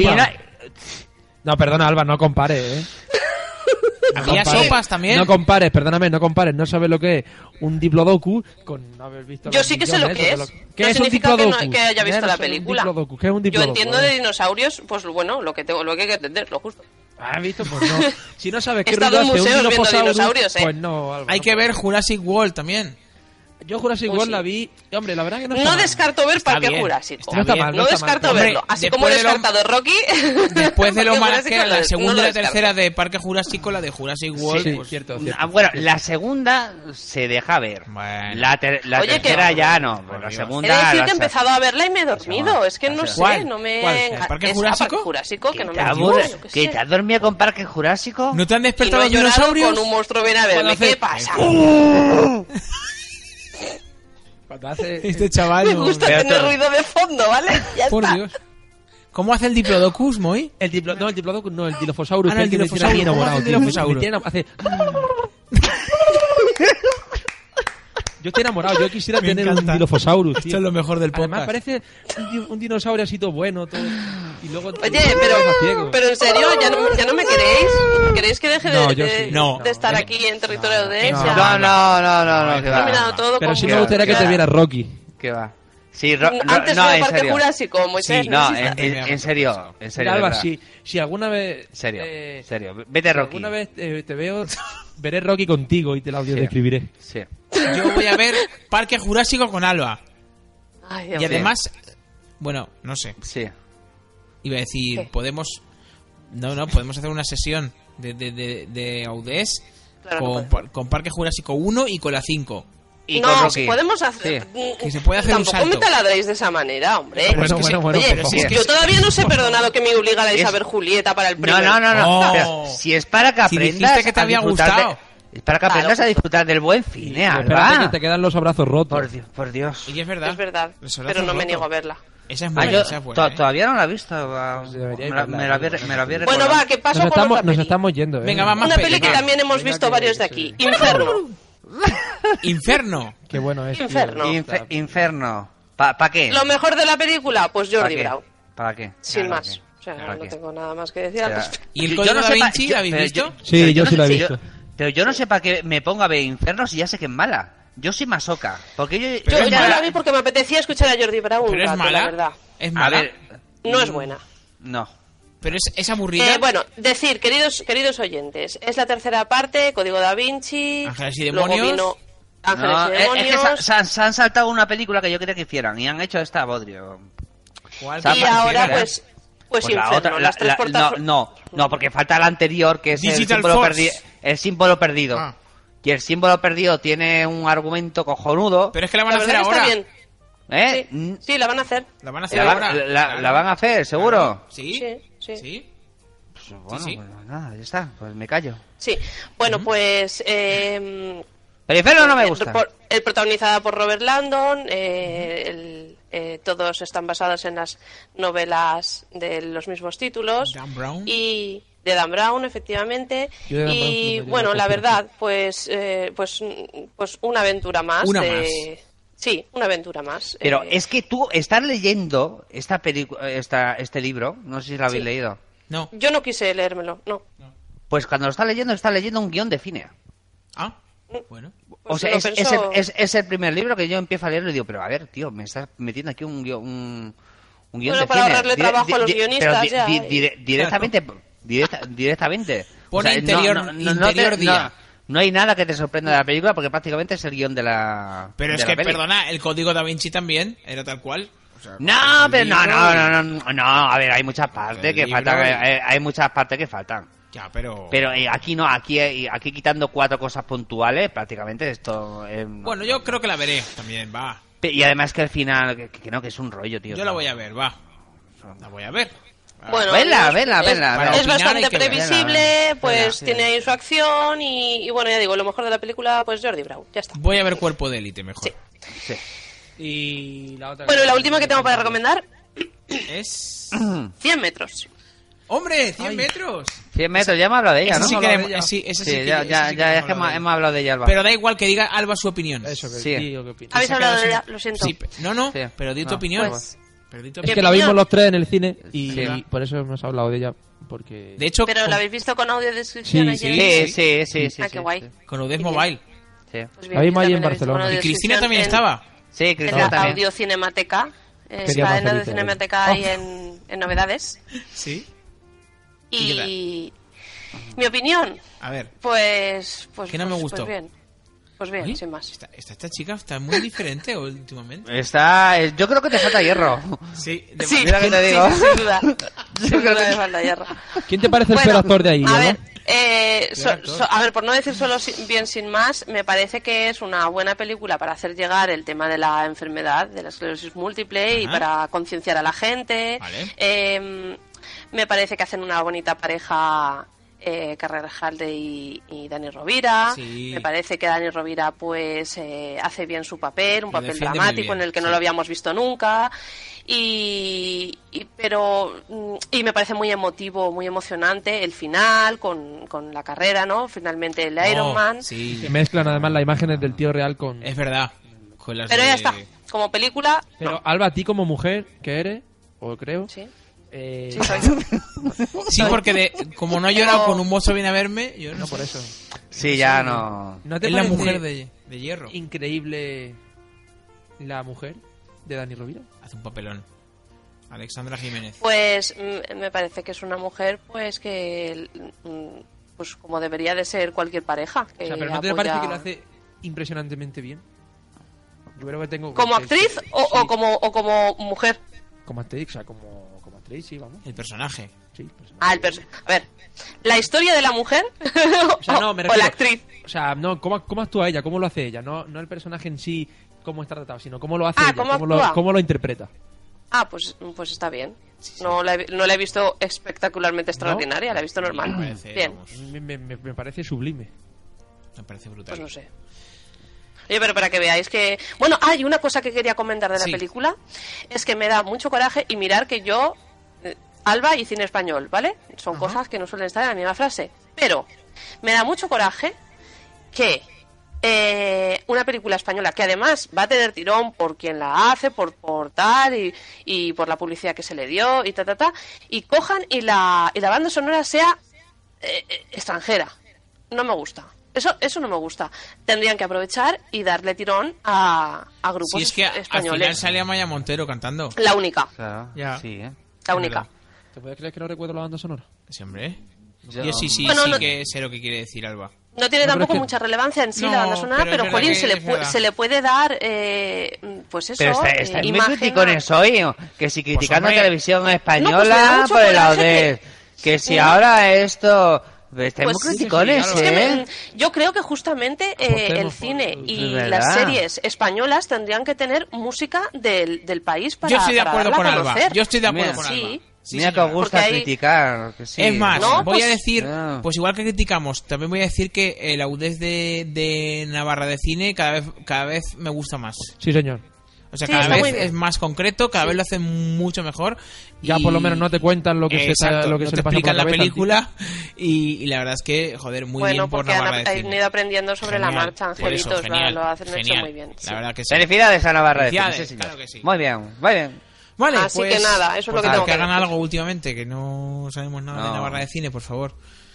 No, perdona, Alba, no compares, Había sopas también. No compares, perdóname, no compares. No sabes lo que es un Diplodocus con haber visto. Yo sí que sé lo que es. ¿Qué es un Diplodocus? Que haya visto la película. ¿Qué es un Yo entiendo de dinosaurios, pues bueno, lo que hay que entender, lo justo. ¿Has visto? Pues no. Si no sabes qué ruido hace un Dilophosaurus, pues no, Alba. Hay que ver Jurassic World también. Yo Jurassic World la vi, hombre, la verdad que no descarto ver Parque Jurásico. No descarto verlo. Así como he descartado Rocky. Después de lo malas que era la segunda y la tercera de Parque Jurásico, la de Jurassic World. Sí, cierto. Bueno, la segunda se deja ver. La tercera ya no. La segunda. He de decir que he empezado a verla y me he dormido. Es que no sé, no me. ¿Parque Jurásico? Que no me. ¿Que te has dormido con Parque Jurásico? ¿No te han despertado los dinosaurios? Con un monstruo ven a verme. ¿Qué pasa? Este chaval me gusta tener ruido de fondo, ¿vale? Ya por está. Dios. ¿Cómo hace el Diplodocus, Moy? El Diplodocus no, el Dilophosaurus. El Dilophosaurus. Hace... Yo estoy enamorado, yo quisiera Me tener encanta. un Dilophosaurus, tío. Esto es lo mejor del podcast. Además parece un dinosaurio así todo bueno, todo... Y luego Oye, pero en serio, ya no me queréis. ¿Queréis que deje No, de, yo de- sí. No. de estar aquí en territorio de No, Esia? no, He que va. terminado todo Pero con... sí me gustaría que te viera Rocky. Que va. Sí, Antes no, fue en Parque serio. Jurásico, Moisés. Sí, no, necesitas- en serio, en serio. Mira, Alba, de verdad. si alguna vez... En serio. Vete, si Rocky. alguna vez te veo, veré Rocky contigo y te la audio describiré. Sí. Yo voy a ver Parque Jurásico con Alba. Ay, Y Dios mío. además, bueno, no sé. Sí. Iba a decir, ¿Qué? podemos... No, podemos hacer una sesión de Audes Claro que con Parque Jurásico 1 y con la 5. Y con No, Rocky. si podemos hacer... Que se puede hacer un Tampoco salto. me taladréis de esa manera, hombre. Pero es que Bueno, Oye, por si es favor. que yo todavía no os he perdonado que me obligarais Es- a ver Julieta para el No, primer... no. Oh. Pero si es para que Si aprendas dijiste que te a había disfrutar gustado. es para que aprendas a disfrutar del buen cine, Espérate Alba. que te quedan los abrazos rotos. Por Dios. Y es verdad. Es verdad, Los abrazos pero no me rotos. niego a verla. Esa es Ah, buena, yo esa es buena, ¿eh? todavía no la he visto. va. deberíais Me la había Bueno, recordado. va, ¿qué pasa Nos con otra estamos, nos peli? estamos yendo, Venga, va más Una peli, peli que va. también hemos visto varios de aquí. Inferno. Inferno. Qué bueno es. tío. Inferno. Inferno. ¿Para qué? Lo mejor de la película, pues ¿Para Jordi qué? Brown. ¿Para qué? Sin ¿Para más. qué? O sea, ¿Para no qué? tengo nada más que decir al O sea, respecto. ¿Y el yo Código no Da sé Vinci? pa- ¿La habéis pero visto? Sí, pero yo no sí la he sé- visto. Pero yo no sé para qué me ponga a ver Inferno si ya sé que es mala. Yo soy masoca. Porque yo... Pero Yo es ya mala. la vi porque me apetecía escuchar a Jordi Brown un Pero es rato, mala. la verdad. Es A mala. ver... No es buena. No. Pero es aburrida. Bueno, decir, queridos oyentes, es la tercera parte, Código Da Vinci. Ángeles y luego demonios. vino Ángeles No, y es que Demonios. se han saltado una película que yo quería que hicieran y han hecho esta bodrio. ¿Cuál? Se ha y parecido, ahora, ¿eh? pues la Inferno, otra, las tres puertas... no, porque falta la anterior que es Digital el símbolo perdido. Ah. Y el símbolo perdido tiene un argumento cojonudo. Pero es que la van La a hacer verdad que ahora. está bien. ¿Eh? Sí, la van a hacer. La van a hacer ¿La, ahora. la van a hacer, seguro? ¿Sí? Sí. ¿Sí? Pues bueno, Sí. pues nada, ya está, pues me callo. Sí. Bueno, pues... Pero Inferno no me gusta. Protagonizada por Robert Landon, todos están basados en las novelas de los mismos títulos. Dan Brown. Y de Dan Brown, efectivamente. Yo de Dan Brown no Y me bueno, digo la cosas. verdad, pues una aventura más. Una de... más. Sí, una aventura más. Pero es que tú estás leyendo este libro, no sé si lo habéis Sí. leído. No. Yo no quise leérmelo, no. Pues cuando lo está leyendo un guión de cine. Ah, bueno. O Pues sea, lo es pensó- es el primer libro que yo empiezo a leerlo y digo, pero a ver, tío, me estás metiendo aquí un guión Bueno, de para cine. ahorrarle trabajo a los guionistas, pero ya. directamente, directamente. Pone interior día. No hay nada que te sorprenda de la película porque prácticamente es el guión de la Pero de es la que, peli. perdona, el Código Da Vinci también era tal cual. O sea, No, el pero libro no, a ver, hay muchas partes El que libro faltan, y- hay muchas partes que faltan. Ya, pero... Pero aquí no, aquí quitando 4 cosas puntuales, prácticamente esto... Bueno, yo creo que la veré también, va. Y además que al final, que no, que es un rollo, tío. Yo la voy a ver, va. La voy a ver. Bueno, Vela, es- vela, es- vela. Para Es opinar bastante hay que ver. previsible, pues Vela, sí. tiene ahí su acción y bueno, ya digo, lo mejor de la película, pues Jordi Brown, ya está. Voy a ver Cuerpo de Élite mejor. Sí. Sí. Y la otra... Bueno, y la última que tengo para recomendar, Es... 100 metros. ¡Hombre! ¡100 metros! 100 metros, ya hemos hablado de ella, Esa ¿no? sí hablado de queremos, ella. sí, esa sí Sí, que- ya, esa ya, sí que ya es hemos que hablado de hemos hablado de ella, Alba. Pero da igual que diga Alba su opinión. Eso, que Sí. digo que opino. ¿Habéis Esa hablado que de no ella? sé- Lo siento. Sí, no, Sí. pero di tu No, opinión. pues- Pero di tu Es ¿Qué que la opinión? vimos los tres en el cine y Sí. por eso hemos hablado de ella, porque... De hecho, Pero con, ¿la habéis visto con audio descripción Sí, ayer? Sí. Ah, qué guay. con Udez Mobile. Sí. Pues La vimos yo ahí en también la he visto con Barcelona. audio Y Cristina descripción también en- estaba. Sí, En Cristina la también. audio cinemateca. Quería Cadena de Marcelita, Cinemateca ahí en Novedades. Sí. ¿Y qué Y mi opinión, A ver. pues Que no me gustó. Pues bien, Uy, sin más. Esta chica está muy diferente últimamente. Yo creo que te falta hierro. Sí, Sí, Mira que te digo. sí, sin duda. Sin duda me falta hierro. ¿Quién te parece el Bueno, peor actor de ahí? A Alba? ver, actor. a ver, por no decir solo bien sin más, me parece que es una buena película para hacer llegar el tema de la enfermedad, de la esclerosis múltiple y Ajá. para concienciar a la gente. Vale. Me parece que hacen una bonita pareja Carrerhalde y Dani Rovira. Sí. Me parece que Dani Rovira pues hace bien su papel, un Lo papel defiende muy dramático bien, en el que no sí. lo habíamos visto nunca. Y me parece muy emotivo, muy emocionante el final con la carrera, ¿no? Finalmente el Ironman. Sí. Que mezclan además las imágenes del tío real con... Es verdad. Con las Pero de- ya está, como película... Pero no. Alba, a ti como mujer, que eres, o creo... Sí. Sí, Sí, porque como no he llorado con un mozo viene a verme, yo no, No, sé. por eso. Sí, ya no... ¿No te Es la parece mujer de hierro. increíble la mujer de Dani Rovira? Hace un papelón. Alexandra Jiménez. Pues me parece que es una mujer pues que pues como debería de ser cualquier pareja que O sea, pero ¿no te apoya- parece que lo hace impresionantemente bien? Yo creo que tengo... como que- actriz sí. o como mujer. Como actriz, o sea, como actriz, sí, vamos. El personaje. Sí, personaje. A ver, la historia de la mujer O sea, no, me o refiero... la actriz. O sea, no, ¿cómo actúa ella? ¿Cómo lo hace ella? No el personaje en sí, cómo está tratado, sino cómo lo hace ella, ¿cómo actúa? cómo lo interpreta. Pues está bien. No la he visto espectacularmente extraordinaria, la he visto normal. Me parece, Bien. vamos, Me parece sublime. me parece brutal. Pues no sé. Oye, pero para que veáis que... Bueno, hay una cosa que quería comentar de la Sí. película. Es que me da mucho coraje y mirar que yo... Alba y cine español, ¿vale? Son cosas que no suelen estar en la misma frase. Pero me da mucho coraje que una película española, que además va a tener tirón por quien la hace, por tal, y por la publicidad que se le dio, y y cojan y la banda sonora sea extranjera. No me gusta. Eso no me gusta. Tendrían que aprovechar y darle tirón a grupos Si es que al españoles. final sale Amaya Montero cantando. La única. Claro, Ya. sí, La única. ¿Te puedes creer que no recuerdo la banda sonora? Sí, hombre. Yo- Yo sí Bueno, sí no- que sé lo que quiere decir Alba. No tiene No, pero tampoco es que- mucha relevancia en sí No, la banda sonora, pero es pero verdad jolín, que se le, es verdad. se le puede dar, pues eso, Pero estáis muy imagen a- criticones hoy, que si criticando hombre. televisión No, pues me da española mucho por el coraje Audez, que si No. ahora esto... Estáis Pues muy criticones, sí, Es que ¿eh? yo creo que justamente Apostemos el por- cine y ¿De las verdad? series españolas tendrían que tener música del país para Yo estoy de para acuerdo darla con a Alba. conocer. Yo estoy de acuerdo Mira, con sí. Alba. Sí, Mira que señora. os gusta Porque hay- criticar. Que sí. Es más, No, voy a pues- decir, Ah. pues igual que criticamos, también voy a decir que el Audez de Navarra de cine cada vez me gusta más. Sí, señor. O sea, Sí, cada está muy vez bien. es más concreto, cada vez lo hacen mucho mejor. Ya y- por lo menos no te cuentan lo que se Exacto, lo que no se te le pasa por explican la cabeza al película y la verdad es que, joder, muy Bueno, bien por porque Navarra de han cine. ido aprendiendo sobre la Genial, marcha, por eso, angelitos, genial, lo hacen hecho genial. muy bien. sí. La verdad que sí. Felicidades a Navarra de Cine, Felicidades, sí, señor. claro que sí. Muy bien, muy bien. Vale, Así pues, que nada, eso es lo que tengo que que hagan decir. algo últimamente, que no sabemos nada de No. Navarra de cine, por favor.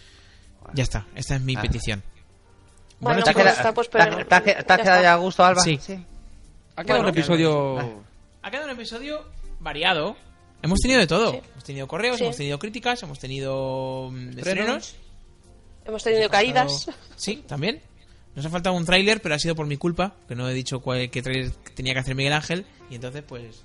Ya está, esta es mi petición. Bueno, ¿Te has pues quedado- está, pues, te has- pero te has ya quedado está. ya a gusto, Alba? Sí. Ha quedado un episodio... Ha quedado un episodio variado. Hemos tenido de todo. Sí. Hemos tenido correos, Sí. hemos tenido críticas, hemos tenido estrenos. Hemos tenido caídas. Sí, también. Nos ha faltado un tráiler, pero ha sido por mi culpa, que no he dicho qué tráiler tenía que hacer Miguel Ángel. Y entonces, pues...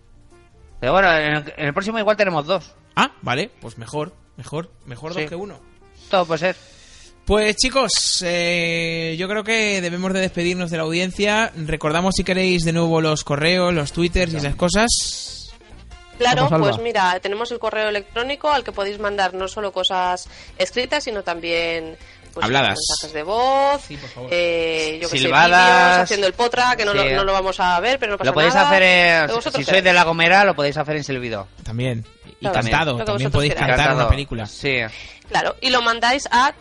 Pero bueno, en el próximo igual tenemos dos. Ah, vale, pues mejor Sí. dos que uno. Todo puede ser. Pues chicos, yo creo que debemos de despedirnos de la audiencia. Recordamos si queréis de nuevo los correos, los twitters y esas cosas. Claro, Vamos, Alba. pues mira, tenemos el correo electrónico al que podéis mandar no solo cosas escritas, sino también pues, Habladas. mensajes de voz, Sí, por favor. yo que sé, Silbadas. vídeos haciendo el potra, que no, Sí. no lo vamos a ver, pero no pasa Lo podéis nada. hacer, Lo que si vosotros sois de queráis. La Gomera, lo podéis hacer en silbido. También. Y Claro, cantado. lo que También vosotros podéis queráis. cantar Cantado. una película. Sí. Claro, y lo mandáis a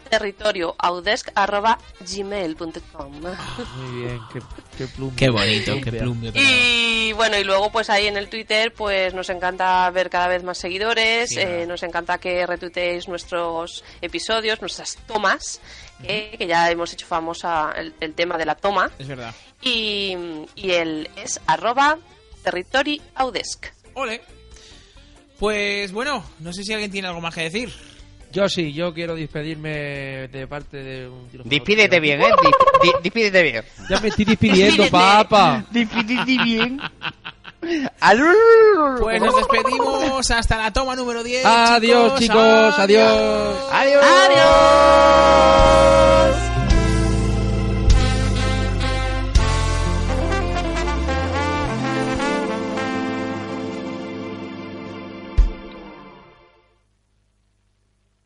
territorioaudesk@gmail.com. Muy bien, qué plum. Qué bonito, qué plum. yo creo. Y bueno, y luego pues ahí en el Twitter pues nos encanta ver cada vez más seguidores, Sí, claro. nos encanta que retuiteéis nuestros episodios, nuestras tomas, que ya hemos hecho famosa el tema de la toma, Es verdad. y él es @territorioaudesk. Ole. Pues bueno, no sé si alguien tiene algo más que decir. Yo sí, yo quiero despedirme de parte de un tiro. Despídete bien, Despídete bien. Ya me estoy despidiendo, Despídete. papá. Despídete bien. Pues nos despedimos hasta la toma número 10. Adiós, chicos, adiós. Adiós. ¡Adiós!